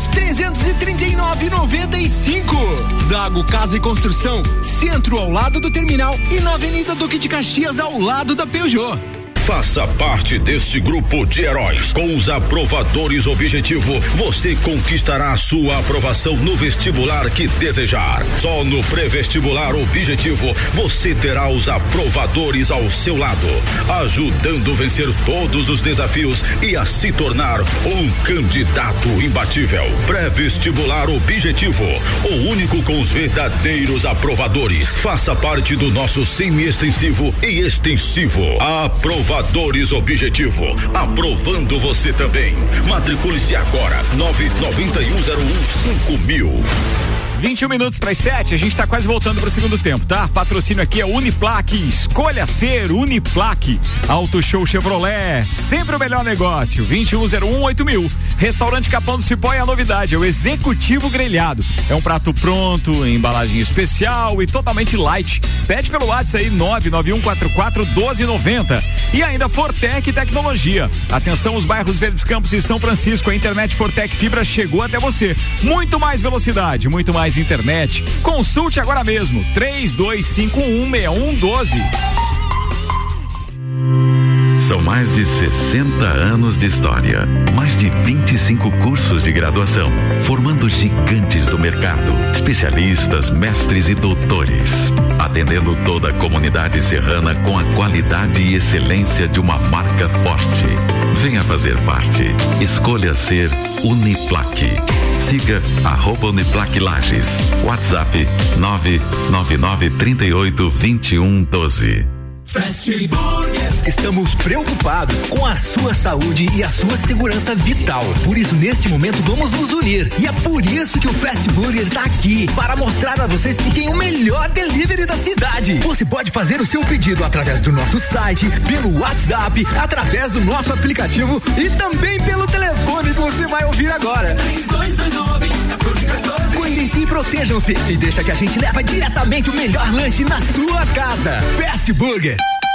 339,95. Zago Casa e Construção, centro ao lado do terminal e na Avenida Duque de Caxias ao lado da Peugeot. Faça parte deste grupo de heróis. Com os aprovadores Objetivo, você conquistará a sua aprovação no vestibular que desejar. Só no pré-vestibular Objetivo, você terá os aprovadores ao seu lado, ajudando a vencer todos os desafios e a se tornar um candidato imbatível. Pré-vestibular Objetivo, o único com os verdadeiros aprovadores. Faça parte do nosso semi-extensivo e extensivo. Aprovadores Objetivo, aprovando você também. Matricule-se agora, 991015000. 21 minutos para as 7, a gente tá quase voltando pro segundo tempo, tá? Patrocínio aqui é Uniplaque, escolha ser Uniplaque. Auto Show Chevrolet, sempre o melhor negócio, 21018000. Restaurante Capão do Cipó é a novidade, é o Executivo Grelhado. É um prato pronto, em embalagem especial e totalmente light. Pede pelo WhatsApp aí, 991441290. E ainda Fortec Tecnologia. Atenção, os bairros Verdes Campos e São Francisco, a internet Fortec Fibra chegou até você. Muito mais velocidade, muito mais internet. Consulte agora mesmo, 32516112. São mais de 60 anos de história, mais de 25 cursos de graduação, formando gigantes do mercado, especialistas, mestres e doutores, atendendo toda a comunidade serrana com a qualidade e excelência de uma marca forte. Venha fazer parte. Escolha ser Uniplaque. Siga @Uniplaque Lages. WhatsApp 999382112. Fast Burger. Estamos preocupados com a sua saúde e a sua segurança vital. Por isso, neste momento, vamos nos unir. E é por isso que o Fast Burger está aqui, para mostrar a vocês que tem o melhor delivery da cidade. Você pode fazer o seu pedido através do nosso site, pelo WhatsApp, através do nosso aplicativo e também pelo telefone que você vai ouvir agora. 3229-1414. Cuidem-se e protejam-se e deixa que a gente leva diretamente o melhor lanche na sua casa. Fast Burger.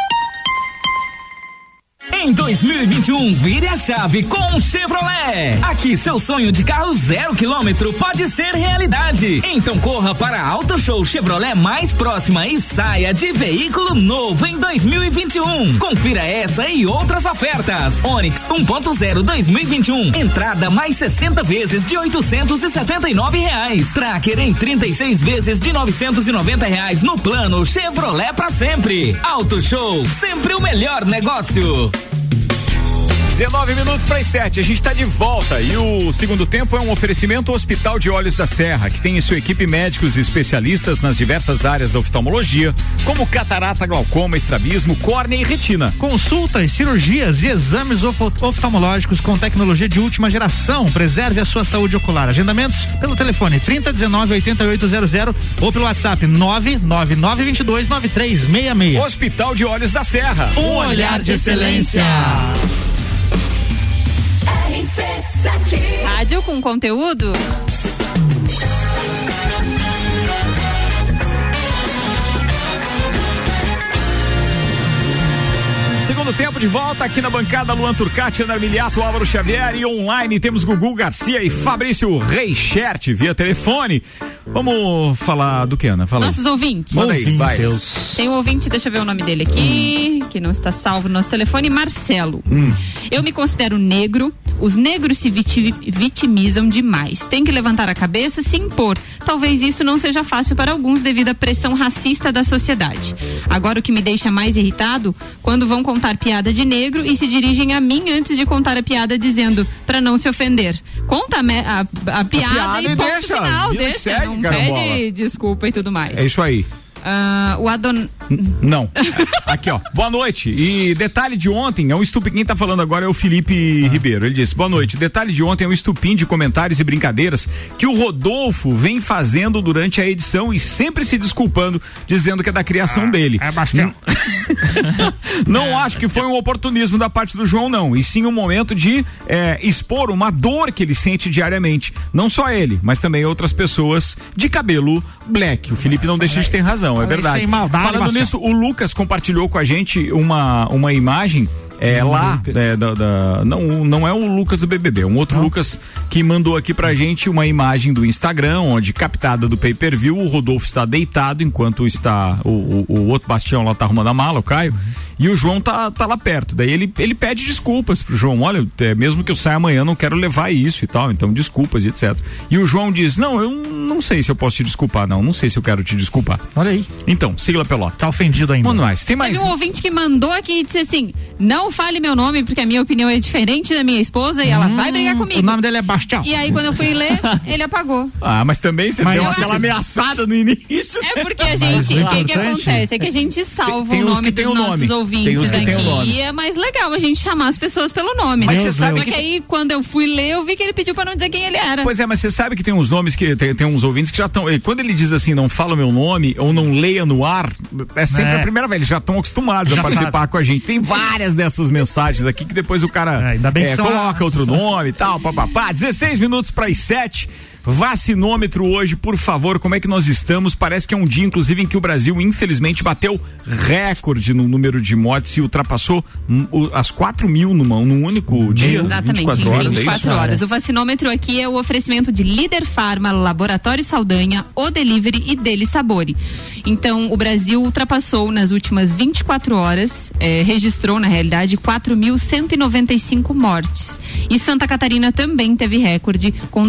Em 2021, vire a chave com o Chevrolet. Aqui seu sonho de carro 0 km pode ser realidade. Então corra para a Auto Show Chevrolet mais próxima e saia de veículo novo em 2021. Confira essa e outras ofertas. Onix 1.0 2021, entrada mais 60 vezes de R$879. Tracker em 36 vezes de R$990 no plano Chevrolet pra sempre. Auto Show, sempre o melhor negócio. 19 minutos para as 7, a gente está de volta e o segundo tempo é um oferecimento Hospital de Olhos da Serra, que tem em sua equipe médicos e especialistas nas diversas áreas da oftalmologia, como catarata, glaucoma, estrabismo, córnea e retina. Consultas, cirurgias e exames oftalmológicos com tecnologia de última geração. Preserve a sua saúde ocular. Agendamentos pelo telefone 3019-8800 ou pelo WhatsApp 999229366. Hospital de Olhos da Serra. Um olhar de excelência. Rádio com conteúdo. Segundo tempo de volta aqui na bancada, Luan Turcati, Ana Miliato, Álvaro Xavier, e online temos Gugu Garcia e Fabrício Reichert via telefone. Vamos falar do que, Ana? Fala. Nossos ouvintes. Manda aí, vai. Tem um ouvinte, deixa eu ver o nome dele aqui, que não está salvo no nosso telefone, Marcelo. Eu me considero negro, os negros se vitimizam demais. Tem que levantar a cabeça, se impor. Talvez isso não seja fácil para alguns devido à pressão racista da sociedade. Agora o que me deixa mais irritado, quando vão contar piada de negro e se dirigem a mim antes de contar a piada dizendo, pra não se ofender. Conta a piada e ponto deixa, final, deixa, segue, não carambola. pede desculpa e tudo mais. É isso aí. O Adon... Não. Aqui, ó. Boa noite. E detalhe de ontem, é um estupim. Quem tá falando agora é o Felipe Ribeiro. Ele disse: boa noite. Detalhe de ontem é um estupim de comentários e brincadeiras que o Rodolfo vem fazendo durante a edição e sempre se desculpando, dizendo que é da criação dele. É Bastião. Não acho que foi um oportunismo da parte do João, não. E sim um momento de expor uma dor que ele sente diariamente. Não só ele, mas também outras pessoas de cabelo black. O Felipe não deixa de ter razão, é verdade. Sem maldade, Falando Bastião. nisso, o Lucas compartilhou com a gente uma imagem lá, não é o Lucas do BBB, é um outro Lucas que mandou aqui pra gente uma imagem do Instagram, onde captada do pay-per-view, o Rodolfo está deitado enquanto está o outro Bastião lá tá arrumando a mala, o Caio, e o João tá lá perto. Daí ele pede desculpas pro João, olha, mesmo que eu saia amanhã, não quero levar isso e tal, então desculpas e etc. E o João diz, não, eu não sei se eu posso te desculpar, não sei se eu quero te desculpar. Olha aí. Então, sigla Pelota. Tá ofendido ainda. Mano, tem mais. Teve um ouvinte que mandou aqui e disse assim, não fale meu nome, porque a minha opinião é diferente da minha esposa e ela vai brigar comigo. O nome dele é Bastião. E aí quando eu fui ler, ele apagou. Mas também você deu aquela ameaçada no início. É porque a gente, o que acontece? É que a gente salva tem o nome dos nossos ouvintes aqui. E é mais legal a gente chamar as pessoas pelo nome. Mas você sabe que aí, quando eu fui ler, eu vi que ele pediu pra não dizer quem ele era. Pois é, mas você sabe que tem uns nomes que tem uns ouvintes que já estão. Quando ele diz assim, não fala o meu nome ou não leia no ar, é sempre a primeira vez. Eles já estão acostumados a participar com a gente. Tem várias dessas mensagens aqui que depois o cara ainda bem que coloca outro nome e tal, papapá. 16 minutos para as 7. Vacinômetro hoje, por favor, como é que nós estamos? Parece que é um dia, inclusive, em que o Brasil, infelizmente, bateu recorde no número de mortes e ultrapassou as 4 mil num único dia. Exatamente, 24 horas, 24 horas. O vacinômetro aqui é o oferecimento de Líder Farma, Laboratório Saldanha, O Delivery e Deli Sabore. Então, o Brasil ultrapassou nas últimas 24 horas, registrou, na realidade, 4.195 mortes. E Santa Catarina também teve recorde, com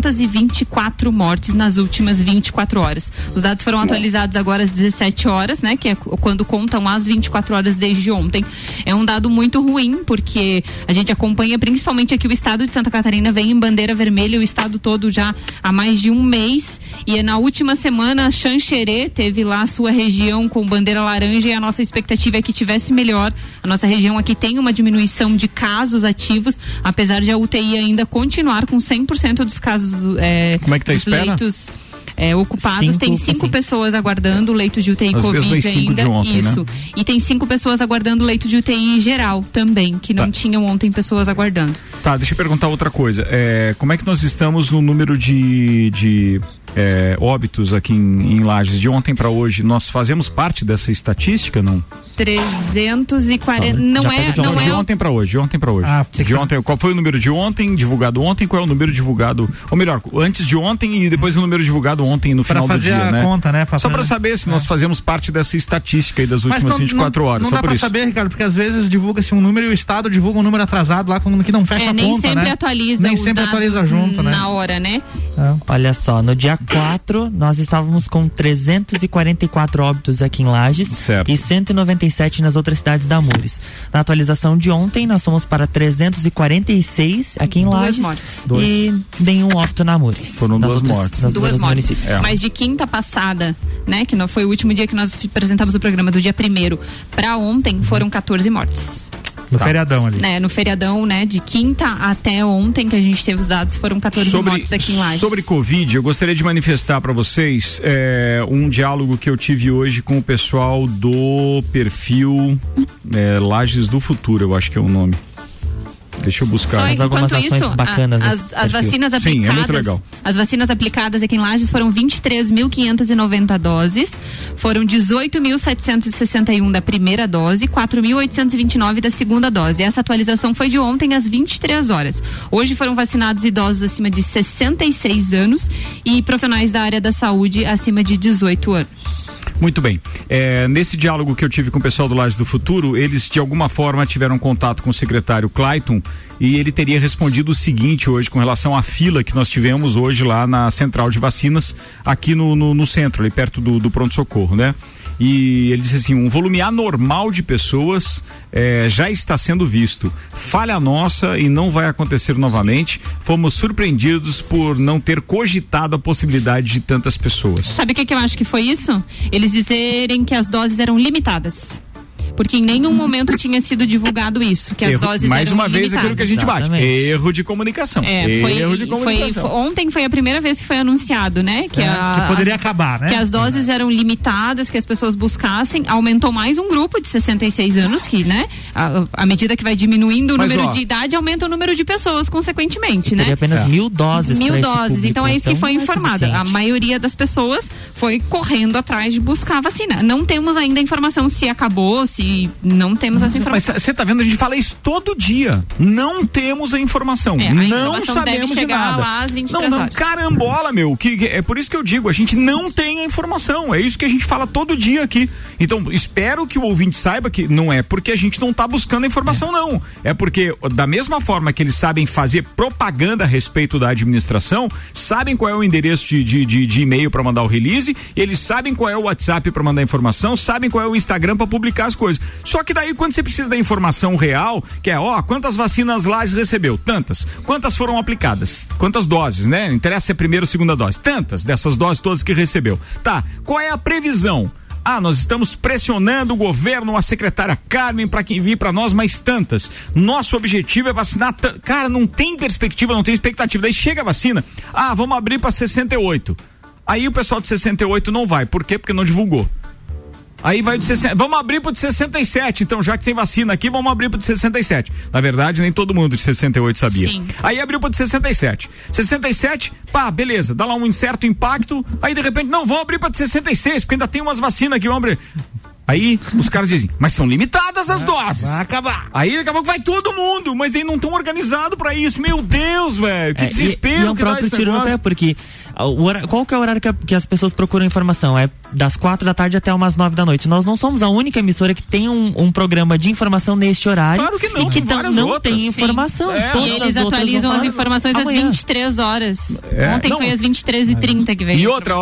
224 mortes nas últimas 24 horas. Os dados foram atualizados agora às 17 horas, né? Que é quando contam as 24 horas desde ontem. É um dado muito ruim, porque a gente acompanha principalmente aqui o estado de Santa Catarina vem em bandeira vermelha, o estado todo já há mais de um mês. E na última semana, Xanxerê teve lá a sua região com bandeira laranja e a nossa expectativa é que tivesse melhor. A nossa região aqui tem uma diminuição de casos ativos, apesar de a UTI ainda continuar com 100% dos casos como é que tá a espera? Leitos ocupados. Tem 5 pessoas aguardando leito de UTI Covid ainda. De ontem, isso. Né? E tem 5 pessoas aguardando leito de UTI geral também, que não tinham ontem pessoas aguardando. Tá, deixa eu perguntar outra coisa. Como é que nós estamos no número de óbitos aqui em Lages? De ontem para hoje, nós fazemos parte dessa estatística, não? 340. De ontem para hoje. De ontem, qual foi o número de ontem, divulgado ontem? Qual é o número divulgado? Ou melhor, antes de ontem e depois o número divulgado ontem no final do dia, né? Pra fazer a conta, né? Só para saber se nós fazemos parte dessa estatística aí das últimas 24 horas. Não dá pra saber, Ricardo, porque às vezes divulga-se um número e o Estado divulga um número atrasado lá que não fecha a nem conta, sempre né? atualiza nem sempre atualiza junto, né? Na hora, né? Olha só, no dia 4 nós estávamos com 344 óbitos aqui em Lages, certo, e 197 nas outras cidades da Amures. Na atualização de ontem nós fomos para 346 aqui em Lages. 2 mortes. E nenhum óbito na Amures. Foram 2 mortes. 2 mortes. Mas de quinta passada, né, que foi o último dia que nós apresentamos o programa, do dia 1º para ontem, foram 14 mortes. No feriadão ali. No feriadão, né? De quinta até ontem que a gente teve os dados, foram 14 mortes aqui em Lages. Sobre Covid, eu gostaria de manifestar para vocês um diálogo que eu tive hoje com o pessoal do perfil Lages do Futuro, eu acho que é o nome. Deixa eu buscar. Mas algumas enquanto ações isso, bacanas. as vacinas aplicadas. Sim, é muito legal. As vacinas aplicadas aqui em Lages foram 23.590 doses, foram 18.761 da primeira dose, 4.829 da segunda dose. Essa atualização foi de ontem às 23 horas. Hoje foram vacinados idosos acima de 66 anos e profissionais da área da saúde acima de 18 anos. Muito bem. Nesse diálogo que eu tive com o pessoal do Lages do Futuro, eles de alguma forma tiveram contato com o secretário Clayton e ele teria respondido o seguinte hoje com relação à fila que nós tivemos hoje lá na central de vacinas aqui no centro, ali perto do pronto-socorro, né? E ele disse assim, um volume anormal de pessoas já está sendo visto. Falha nossa e não vai acontecer novamente. Fomos surpreendidos por não ter cogitado a possibilidade de tantas pessoas. Sabe o que eu acho que foi isso? Eles dizerem que as doses eram limitadas. Porque em nenhum momento tinha sido divulgado isso, que as doses mais eram uma vez limitadas. aquilo que a gente bate, erro de comunicação. Erro de comunicação. Ontem foi a primeira vez que foi anunciado, né? Que poderia acabar, né? Que as doses eram limitadas, que as pessoas buscassem. Aumentou mais um grupo de 66 anos, que, né? À medida que vai diminuindo o número de idade, aumenta o número de pessoas, consequentemente, né? Teria apenas 1.000 doses. 1.000 doses. Público, então é isso que foi informado. A maioria das pessoas foi correndo atrás de buscar a vacina. Não temos ainda a informação se acabou, se não temos essa informação. Mas você tá vendo, a gente fala isso todo dia. Não temos a informação. Não sabemos de nada. Lá às 23 horas. Carambola, meu. É por isso que eu digo, a gente não tem a informação. É isso que a gente fala todo dia aqui. Então, espero que o ouvinte saiba que não é porque a gente não tá buscando a informação, não. É porque, da mesma forma que eles sabem fazer propaganda a respeito da administração, sabem qual é o endereço de e-mail para mandar o release, eles sabem qual é o WhatsApp para mandar informação, sabem qual é o Instagram para publicar as coisas. Só que daí, quando você precisa da informação real, que é, quantas vacinas Lages recebeu? Tantas. Quantas foram aplicadas? Quantas doses, né? Não interessa se é primeira ou segunda dose. Tantas dessas doses todas que recebeu. Tá, qual é a previsão? Nós estamos pressionando o governo, a secretária Carmen, para que envie para nós mais tantas. Nosso objetivo é vacinar. Cara, não tem perspectiva, não tem expectativa. Daí chega a vacina, vamos abrir para 68. Aí o pessoal de 68 não vai. Por quê? Porque não divulgou. Aí vai de 60, vamos abrir pro de 67, então já que tem vacina aqui, vamos abrir pro de 67. Na verdade, nem todo mundo de 68 sabia. Sim. Aí abriu pro de 67. 67, beleza, dá lá um certo impacto, aí de repente, não, vamos abrir pra de 66, porque ainda tem umas vacinas aqui, vamos abrir. Aí os caras dizem, mas são limitadas as doses. Vai acabar. Aí daqui a pouco vai todo mundo, mas aí não estão organizados pra isso. Meu Deus, velho, que desespero. E é um próprio tiro no pé, porque qual que é o horário que as pessoas procuram informação? É das 4 da tarde até umas 9 da noite. Nós não somos a única emissora que tem um programa de informação neste horário. Claro que não. E que não tem informação. E eles atualizam as informações às 23 horas. Ontem foi às 23h30 que veio. E outra,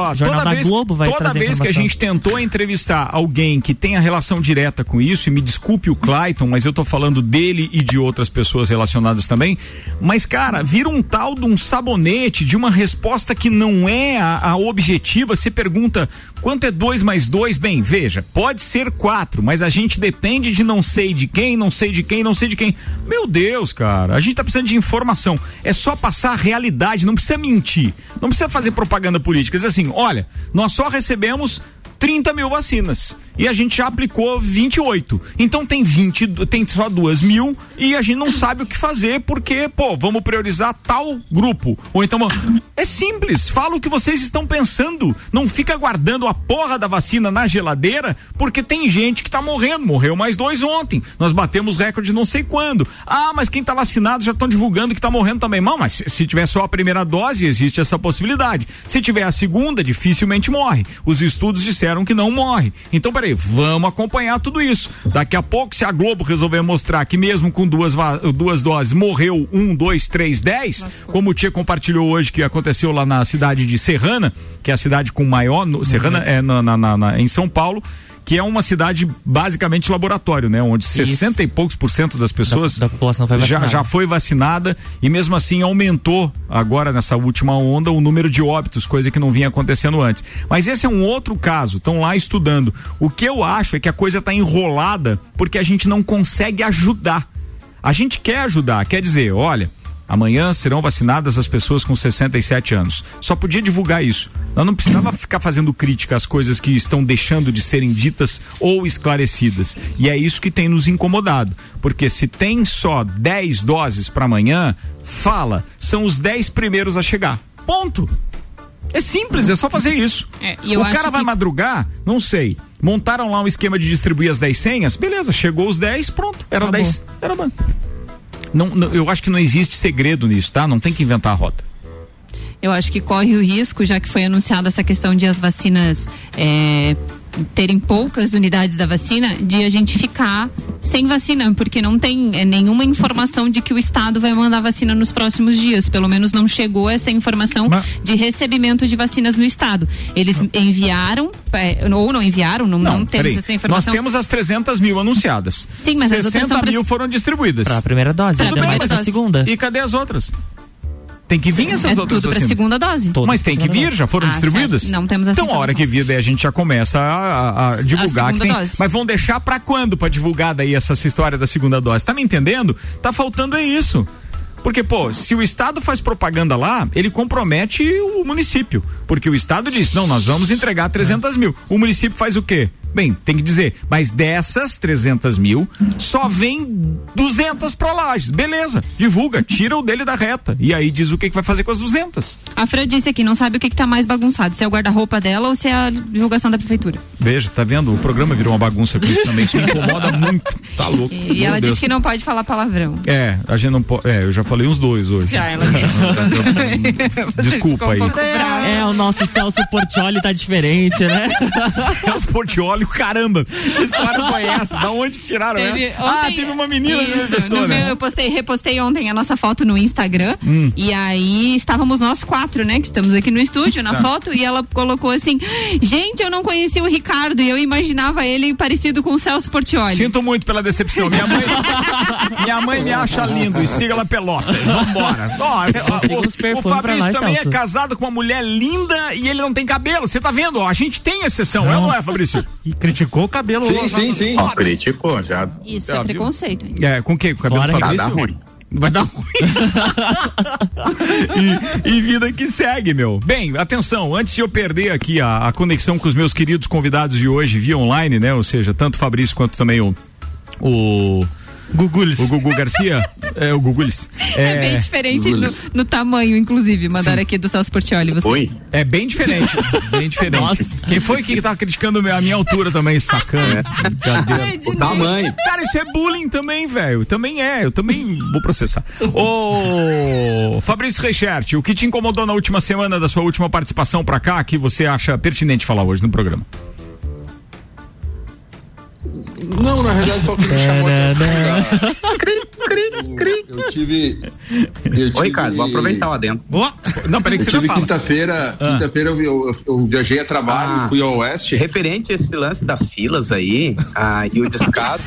toda vez que a gente tentou entrevistar alguém que tem a relação direta com isso, e me desculpe o Clayton, mas eu tô falando dele e de outras pessoas relacionadas também, mas cara, vira um tal de um sabonete, de uma resposta que não é a objetiva. Você pergunta, quanto é 2 mais 2? Bem, veja, pode ser 4, mas a gente depende de não sei de quem, não sei de quem, não sei de quem. Meu Deus, cara, a gente tá precisando de informação. É só passar a realidade, não precisa mentir, não precisa fazer propaganda política. Diz assim, olha, nós só recebemos 30 mil vacinas e a gente já aplicou 28. Então tem só 2 mil e a gente não sabe o que fazer porque, vamos priorizar tal grupo. Ou então, é simples, fala o que vocês estão pensando. Não fica guardando a porra da vacina na geladeira porque tem gente que tá morrendo. Morreu mais 2 ontem. Nós batemos recorde não sei quando. Mas quem tá vacinado já estão divulgando que tá morrendo também. Mas se tiver só a primeira dose, existe essa possibilidade. Se tiver a segunda, dificilmente morre. Os estudos disseram que não morre. Então, peraí, vamos acompanhar tudo isso. Daqui a pouco, se a Globo resolver mostrar que mesmo com duas doses morreu 1, 2, 3, 10, como o Tia compartilhou hoje que aconteceu lá na cidade de Serrana, que é a cidade com maior, Serrana é em São Paulo, que é uma cidade basicamente laboratório, né? Onde 60 e poucos % das pessoas da população foi já foi vacinada e mesmo assim aumentou agora nessa última onda o número de óbitos, coisa que não vinha acontecendo antes. Mas esse é um outro caso, estão lá estudando. O que eu acho é que a coisa está enrolada porque a gente não consegue ajudar. A gente quer ajudar, quer dizer, olha, Amanhã serão vacinadas as pessoas com 67 anos. Só podia divulgar isso. Nós não precisava ficar fazendo crítica às coisas que estão deixando de serem ditas ou esclarecidas. E é isso que tem nos incomodado. Porque se tem só 10 doses para amanhã, são os 10 primeiros a chegar. Ponto. É simples, é só fazer isso. O cara vai madrugar, não sei. Montaram lá um esquema de distribuir as 10 senhas, beleza, chegou os 10, pronto. Era 10. Era bom. Não, eu acho que não existe segredo nisso, tá? Não tem que inventar a roda. Eu acho que corre o risco, já que foi anunciada essa questão de as vacinas terem poucas unidades da vacina, de a gente ficar sem vacina, porque não tem nenhuma informação de que o Estado vai mandar vacina nos próximos dias. Pelo menos não chegou essa informação de recebimento de vacinas no Estado. Eles enviaram, ou não enviaram, não temos essa informação. Nós temos as 300 mil anunciadas. Sim, mas 60 mil foram distribuídas. Para a primeira dose, tudo bem, mas a segunda. E cadê as outras? Tem que vir essas outras tudo para a segunda dose. Mas tem que vir, já foram distribuídas? Certo. Não temos essa Então a hora que vir, daí a gente já começa a divulgar. Que tem, mas vão deixar para quando para divulgar daí essa história da segunda dose? Tá me entendendo? Tá faltando isso. Porque, se o Estado faz propaganda lá, ele compromete o município. Porque o Estado diz, não, nós vamos entregar 300 mil. O município faz o quê? Bem, tem que dizer, mas dessas 300 mil, só vem 200 para Lages. Beleza, divulga, tira o dele da reta. E aí diz o que vai fazer com as 200. A Fran disse aqui, não sabe o que tá mais bagunçado, se é o guarda-roupa dela ou se é a divulgação da prefeitura. Veja, tá vendo? O programa virou uma bagunça com isso também, isso me incomoda muito. Tá louco. E ela disse que não pode falar palavrão. A gente não pode. Eu já falei uns 2 hoje. Já, ela disse. Desculpa aí. O nosso Celso Portiolli tá diferente, né? Celso Portiolli, caramba, que história foi essa? Da onde que tiraram essa? Teve uma menina que manifestou, né? Eu repostei ontem a nossa foto no Instagram, e aí estávamos nós 4, né, que estamos aqui no estúdio, na foto, e ela colocou assim, gente, eu não conhecia o Ricardo, e eu imaginava ele parecido com o Celso Portiolli. Sinto muito pela decepção, minha mãe me acha lindo, e siga ela Pelota, vambora. O Fabrício também é casado com uma mulher linda e ele não tem cabelo, você tá vendo? A gente tem exceção, não é, Fabrício? Criticou o cabelo. Sim. Criticou, já. Isso é preconceito. Hein? Com o quê? Com o cabelo do Fabrício? Vai dar ruim. Vai dar ruim. e vida que segue, meu. Bem, atenção, antes de eu perder aqui a conexão com os meus queridos convidados de hoje via online, né? Ou seja, tanto o Fabrício quanto também o Gugulis. O Gugu Garcia, o Gugulis. É bem diferente no tamanho, inclusive. Mandaram aqui do Celso Portiolli. Oi? É bem diferente. Bem diferente. Nossa. Quem foi que tava criticando a minha altura também, sacana? O tamanho. Cara, isso é bullying também, velho. Também eu também vou processar. Ô, Fabrício Reichert, o que te incomodou na última semana da sua última participação pra cá, que você acha pertinente falar hoje no programa? Não, na realidade só que me chamou a atenção. Eu tive. Oi, Ricardo, vou aproveitar lá dentro. Não, peraí que você tive não fala. Quinta-feira eu viajei a trabalho e fui ao Oeste. Referente a esse lance das filas aí, e o descaso.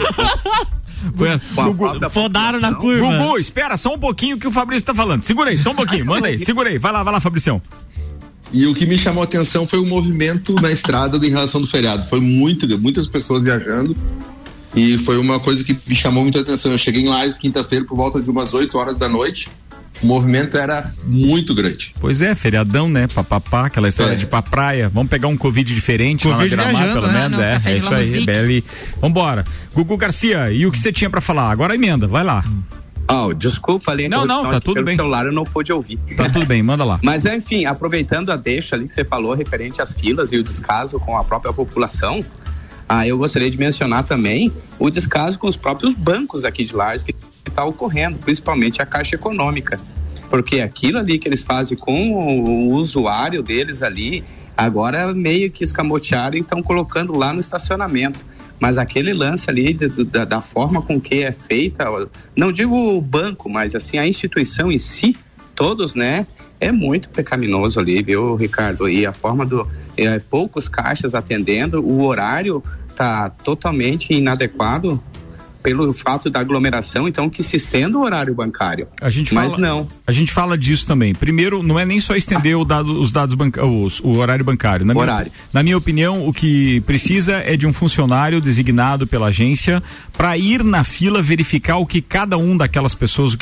Fodaram na curva. Gugu, espera só um pouquinho que o Fabrício tá falando. Segura aí, só um pouquinho, manda aí, segura aí. Vai lá, Fabricião. E o que me chamou a atenção foi o movimento na estrada em relação do feriado. Foi muitas pessoas viajando e foi uma coisa que me chamou muita atenção. Eu cheguei em Lages quinta-feira por volta de umas 8 horas da noite. O movimento era muito grande. Pois é, feriadão, né? Papapá, aquela história de ir pra praia. Vamos pegar um Covid diferente lá na Beira-Mar, pelo menos. É isso aí, Beli. Vambora. Gugu Garcia, e o que você tinha pra falar? Agora emenda, vai lá. Desculpa ali. Não, tá tudo bem. Pelo celular eu não pude ouvir. Tá tudo bem, manda lá. Mas enfim, aproveitando a deixa ali que você falou referente às filas e o descaso com a própria população, eu gostaria de mencionar também o descaso com os próprios bancos aqui de Lages que está ocorrendo, principalmente a Caixa Econômica, porque aquilo ali que eles fazem com o usuário deles ali, agora meio que escamotearam e estão colocando lá no estacionamento. Mas aquele lance ali da forma com que é feita, não digo o banco, mas assim a instituição em si, todos, né, é muito pecaminoso ali, viu, Ricardo? E a forma poucos caixas atendendo, o horário tá totalmente inadequado pelo fato da aglomeração, então que se estenda o horário bancário. Mas não. A gente fala disso também. Primeiro, não é nem só estender os dados bancários, o horário bancário. Na minha opinião, o que precisa é de um funcionário designado pela agência para ir na fila verificar o que cada uma daquelas pessoas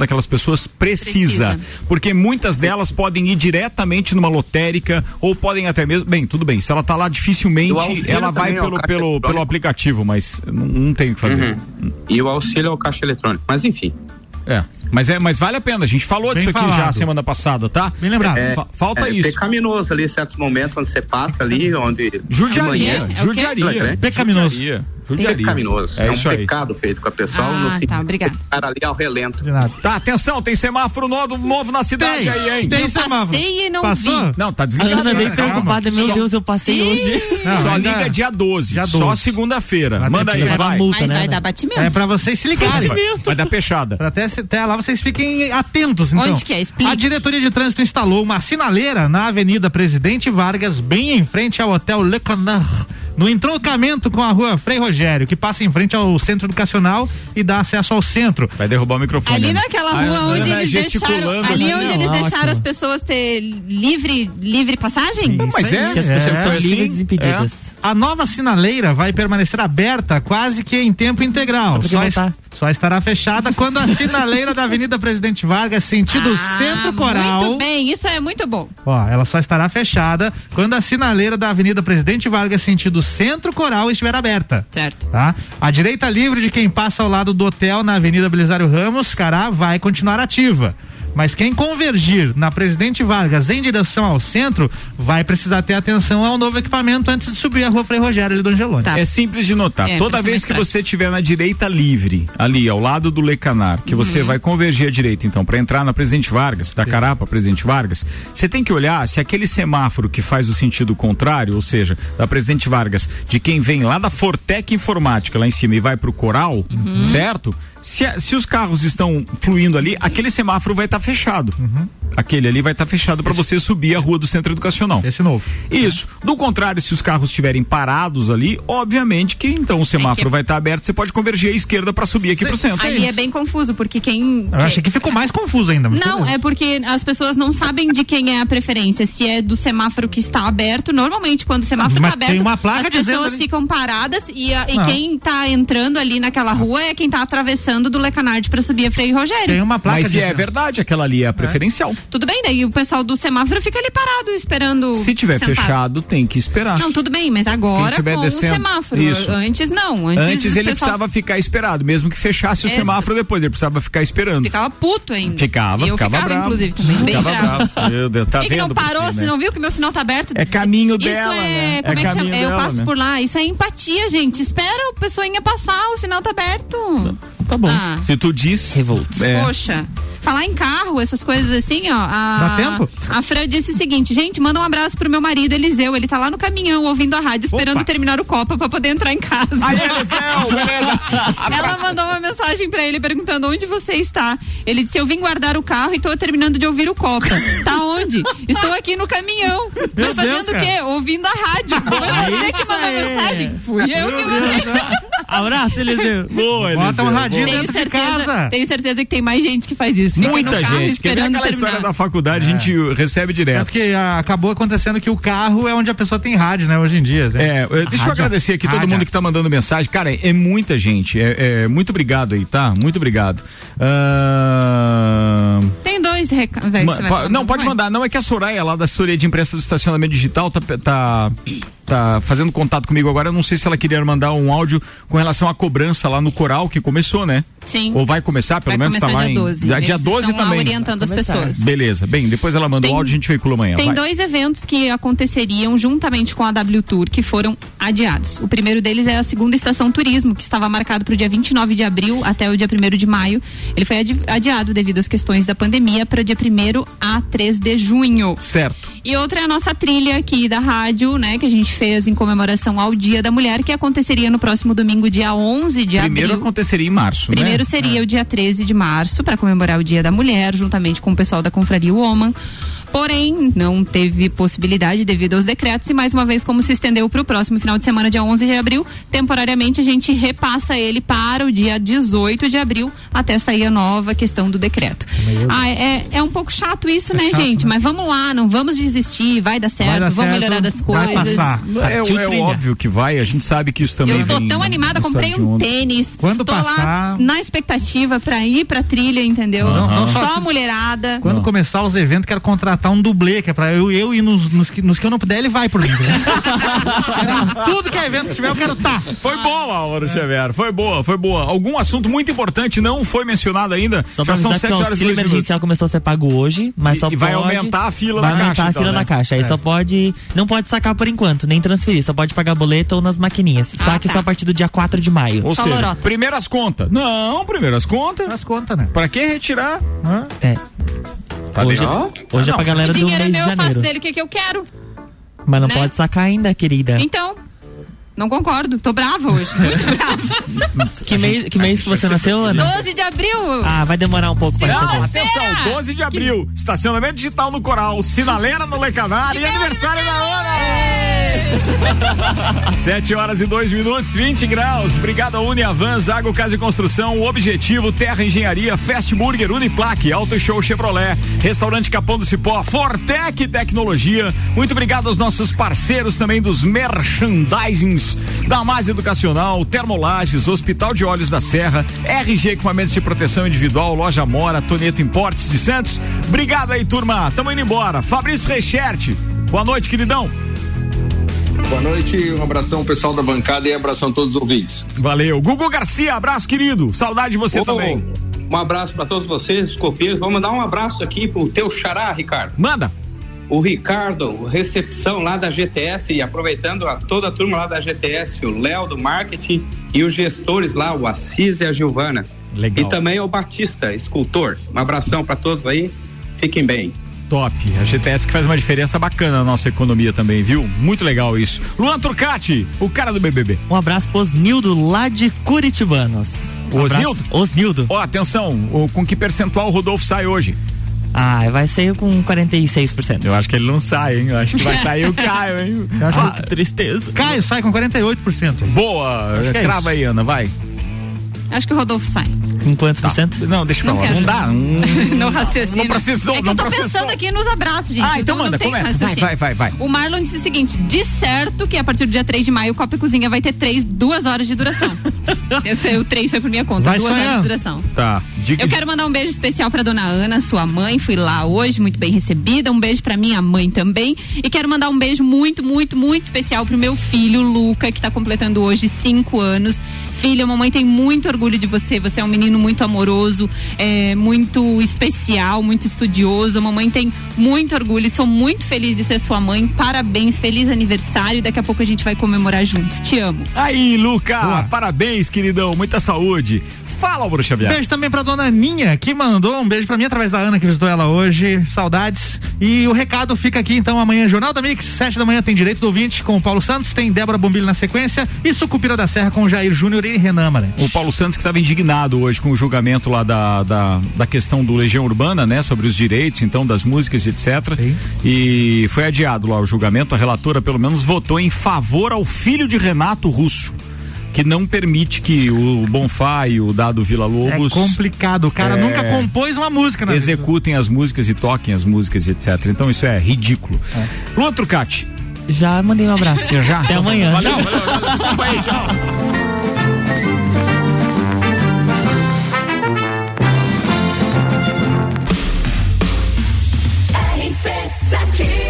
precisa. Porque muitas delas podem ir diretamente numa lotérica ou podem até mesmo, tudo bem, se ela tá lá dificilmente ela vai pelo aplicativo, mas não tem o que fazer. E o auxílio ao caixa eletrônico, mas enfim. Mas vale a pena, a gente falou disso aqui já semana passada, tá? Bem lembrado. Falta isso. É pecaminoso ali, certos momentos onde você passa ali, onde... Judiaria. Pecaminoso. Pecaminoso. É um pecado feito com a pessoa. Obrigado. Ficar ali ao relento. Tá, atenção, tem semáforo novo na cidade aí, hein? Eu passei e não vi. Não, tá desligado. Ana bem preocupada, meu Deus, eu passei hoje. Só liga dia 12, só segunda-feira. Manda aí, vai. Mas vai dar batimento. É pra vocês se ligarem. Vai dar pechada. Pra até lá vocês fiquem atentos, então. Onde que é? Explica. A diretoria de trânsito instalou uma sinaleira na Avenida Presidente Vargas, bem em frente ao Hotel Le Canard, no entroncamento com a Rua Frei Rogério, que passa em frente ao Centro Educacional e dá acesso ao centro. Vai derrubar o microfone. Ali naquela rua onde eles deixaram, eles deixaram as pessoas ter livre passagem? Mas que as pessoas estão livres e desimpedidas. A nova sinaleira vai permanecer aberta quase que em tempo integral. Só estará fechada quando a sinaleira da Avenida Presidente Vargas, sentido Centro Coral. Muito bem, isso é muito bom. Ela só estará fechada quando a sinaleira da Avenida Presidente Vargas, sentido Centro Coral, estiver aberta. Certo. Tá? A direita livre de quem passa ao lado do hotel na Avenida Belisário Ramos, Cará, vai continuar ativa. Mas quem convergir na Presidente Vargas em direção ao centro vai precisar ter atenção ao novo equipamento antes de subir a Rua Frei Rogério ali do Angeloni. É simples de notar. Toda vez que você estiver na direita livre, ali ao lado do Le Canard, que você vai convergir à direita, então, para entrar na Presidente Vargas, da Cará para Presidente Vargas, você tem que olhar se aquele semáforo que faz o sentido contrário, ou seja, da Presidente Vargas, de quem vem lá da Fortec Informática lá em cima e vai pro Coral, certo? Se os carros estão fluindo ali, aquele semáforo vai estar fechado. Aquele ali vai estar fechado para você subir a rua do Centro Educacional. Esse novo. Isso. Do contrário, se os carros estiverem parados ali, obviamente que então o semáforo vai estar aberto, você pode convergir à esquerda para subir aqui pro centro. Ali é bem confuso, porque Eu achei que ficou mais confuso ainda. Não, é porque as pessoas não sabem de quem é a preferência, se é do semáforo que está aberto. Normalmente, quando o semáforo está aberto, tem uma placa as pessoas ficam paradas e quem está entrando ali naquela rua é quem está atravessando do Le Canard para subir a Frei Rogério. Tem uma placa. Mas é verdade, aquela ali é a preferencial. Tudo bem, daí o pessoal do semáforo fica ali parado, esperando. Se tiver fechado, tem que esperar. Não, tudo bem, mas agora com o semáforo. Isso. Antes não. Antes ele precisava ficar esperado, mesmo que fechasse o semáforo depois, ele precisava ficar esperando. Ficava puto ainda. Ficava bravo. Inclusive, também, bem bravo. Meu Deus, tá vendo? Que não parou, você não viu que meu sinal tá aberto? É caminho dela, né? Como é que chama? Eu passo por lá, isso é empatia, gente. Espera a pessoinha passar, o sinal tá aberto. Tá bom. Se tu diz. Poxa. Falar em carro, essas coisas assim, ó. Dá tempo? A Fran disse o seguinte: gente, manda um abraço pro meu marido Eliseu. Ele tá lá no caminhão ouvindo a rádio, esperando terminar o Copa pra poder entrar em casa. Aí, Eliseu, beleza. Ela mandou uma mensagem pra ele perguntando onde você está. Ele disse: eu vim guardar o carro e tô terminando de ouvir o Copa. Tá onde? Estou aqui no caminhão. Mas fazendo o quê? Ouvindo a rádio. Foi você que mandou a mensagem? Fui eu que mandei. Abraço, Eliseu. Boa, Bota um radinho dentro de casa. Tenho certeza que tem mais gente que faz isso. Muita gente. Quer ver aquela história da faculdade, a gente recebe direto. É porque acabou acontecendo que o carro é onde a pessoa tem rádio, né, hoje em dia. Né? Deixa eu agradecer aqui todo mundo que tá mandando mensagem. Cara, é muita gente. Muito obrigado aí, tá? Muito obrigado. Tem dois recados. Não, pode mandar. Não, é que a Soraya lá da assessoria de imprensa do estacionamento digital tá fazendo contato comigo agora. Eu não sei se ela queria mandar um áudio com relação à cobrança lá no Coral, que começou, né? Sim. Ou vai começar, pelo menos tá lá dia 12. Dia 12 também. Orientando as pessoas. Beleza. Bem, depois ela manda o áudio e a gente veicula amanhã. Tem dois eventos que aconteceriam juntamente com a W Tour, que foram adiados. O primeiro deles é a segunda estação turismo, que estava marcado para o dia 29 de abril até o dia 1º de maio. Ele foi adiado devido às questões da pandemia para dia 1º a 3 de junho. Certo. E outra é a nossa trilha aqui da rádio, né, que a gente fez em comemoração ao Dia da Mulher, que aconteceria no próximo domingo, dia 11 de abril. Primeiro aconteceria em março, Primeiro seria o dia 13 de março, para comemorar o Dia da Mulher, juntamente com o pessoal da Confraria Woman. porém não teve possibilidade devido aos decretos e mais uma vez, como se estendeu para o próximo final de semana, dia 11 de abril, temporariamente a gente repassa ele para o dia 18 de abril até sair a nova questão do decreto. É um pouco chato isso, né, gente? Mas vamos lá, não vamos desistir, vai dar certo, vamos melhorar das coisas. Vai passar. É óbvio que vai, a gente sabe que isso também eu tô tão animada, comprei um tênis. Quando tô passar... lá na expectativa pra ir pra trilha, entendeu? Não só a mulherada. Quando começar os eventos, quero contratar um dublê, que é pra eu ir nos que eu não puder, ele vai por mim. Tudo que é evento que tiver, eu quero estar. Foi boa a hora, Severo. Foi boa. Algum assunto muito importante não foi mencionado ainda? Só pra são 7 horas. O auxílio emergencial começou a ser pago hoje, mas só vai aumentar a fila da caixa. Vai aumentar a fila da caixa. Aí só pode, não pode sacar por enquanto, nem transferir, só pode pagar boleto ou nas maquininhas. Saque só a partir do dia 4 de maio. Ou seja, primeiras contas. Não, primeiras contas. As contas, né? Pra que retirar? É. Tá hoje é pra galera do mês de janeiro. O dinheiro é meu, eu faço dele o que eu quero. Mas não pode sacar ainda, querida. Então, não concordo, tô brava hoje, muito brava. Que mês que você nasceu, Ana? 12 de abril. Ah, vai demorar um pouco pra receber. Atenção, 12 de abril, estacionamento digital no Coral, sinaleira no Lecanário e aniversário da Ana. 7 horas e 2 minutos, 20 graus. Obrigado a Uniavan, Zago Casa e Construção, Objetivo, Terra Engenharia, Fast Burger, Uniplaque, Auto Show Chevrolet, Restaurante Capão do Cipó, Fortec Tecnologia. Muito obrigado aos nossos parceiros também dos merchandisings da Mais Educacional, Termolages, Hospital de Olhos da Serra, RG Equipamentos de Proteção Individual, Loja Mora, Toneto Importes de Santos. Obrigado aí, turma. Tamo indo embora. Fabrício Reichert, boa noite, queridão. Boa noite, um abração pessoal da bancada e abração a todos os ouvintes. Valeu. Gugu Garcia, abraço, querido. Saudade de você também. Um abraço para todos vocês, copeiros. Vamos mandar um abraço aqui pro teu xará, Ricardo. Manda. O Ricardo, recepção lá da GTS, e aproveitando toda a turma lá da GTS, o Léo do marketing e os gestores lá, o Assis e a Giovana. Legal. E também o Batista, escultor. Um abração para todos aí. Fiquem bem. Top. A GTS que faz uma diferença bacana na nossa economia também, viu? Muito legal isso. Luan Turcati, o cara do BBB. Um abraço pro Osnildo lá de Curitibanos. Osnildo? Osnildo. Ó, atenção, com que percentual o Rodolfo sai hoje? Ah, vai sair com 46%. Eu acho que ele não sai, hein? Eu acho que vai sair o Caio, hein? Que tristeza. Caio sai com 48%. Boa. Crava aí, Ana, vai. Acho que o Rodolfo sai. Com quantos por cento? Não, deixa pra lá. Não dá. Não raciocínio. Não precisou. É que eu tô pensando aqui nos abraços, gente. Então manda, começa. Vai. O Marlon disse o seguinte: de certo que a partir do dia 3 de maio o Copa e Cozinha vai ter 2 horas de duração. O 3 foi por minha conta. 2 horas de duração. Tá. Eu quero mandar um beijo especial pra dona Ana, sua mãe. Fui lá hoje, muito bem recebida. Um beijo pra minha mãe também. E quero mandar um beijo muito, muito, muito especial pro meu filho, Luca, que tá completando hoje 5 anos. Filha, a mamãe tem muito orgulho de você. Você é um menino muito amoroso, muito especial, muito estudioso. A mamãe tem muito orgulho e sou muito feliz de ser sua mãe. Parabéns, feliz aniversário. Daqui a pouco a gente vai comemorar juntos. Te amo. Aí, Luca, parabéns, queridão. Muita saúde. Fala, Bruno Xavier. Beijo também pra dona Aninha, que mandou um beijo pra mim através da Ana, que visitou ela hoje. Saudades. E o recado fica aqui, então, amanhã, Jornal da Mix, 7 da manhã, tem Direito do Ouvinte com o Paulo Santos, tem Débora Bombilho na sequência e Sucupira da Serra com o Jair Júnior e Renan Maré. O Paulo Santos que estava indignado hoje com o julgamento lá da questão do Legião Urbana, né? Sobre os direitos, então, das músicas, etc. Sim. E foi adiado lá o julgamento. A relatora, pelo menos, votou em favor ao filho de Renato Russo, que não permite que o Bonfá e o Dado Villa-Lobos... É complicado, o cara nunca compôs uma música, né? Executem as músicas e toquem as músicas, etc. Então isso é ridículo. Luan Turcati. Já mandei um abraço. Já? Até amanhã. Valeu. Desculpa aí, tchau. RC7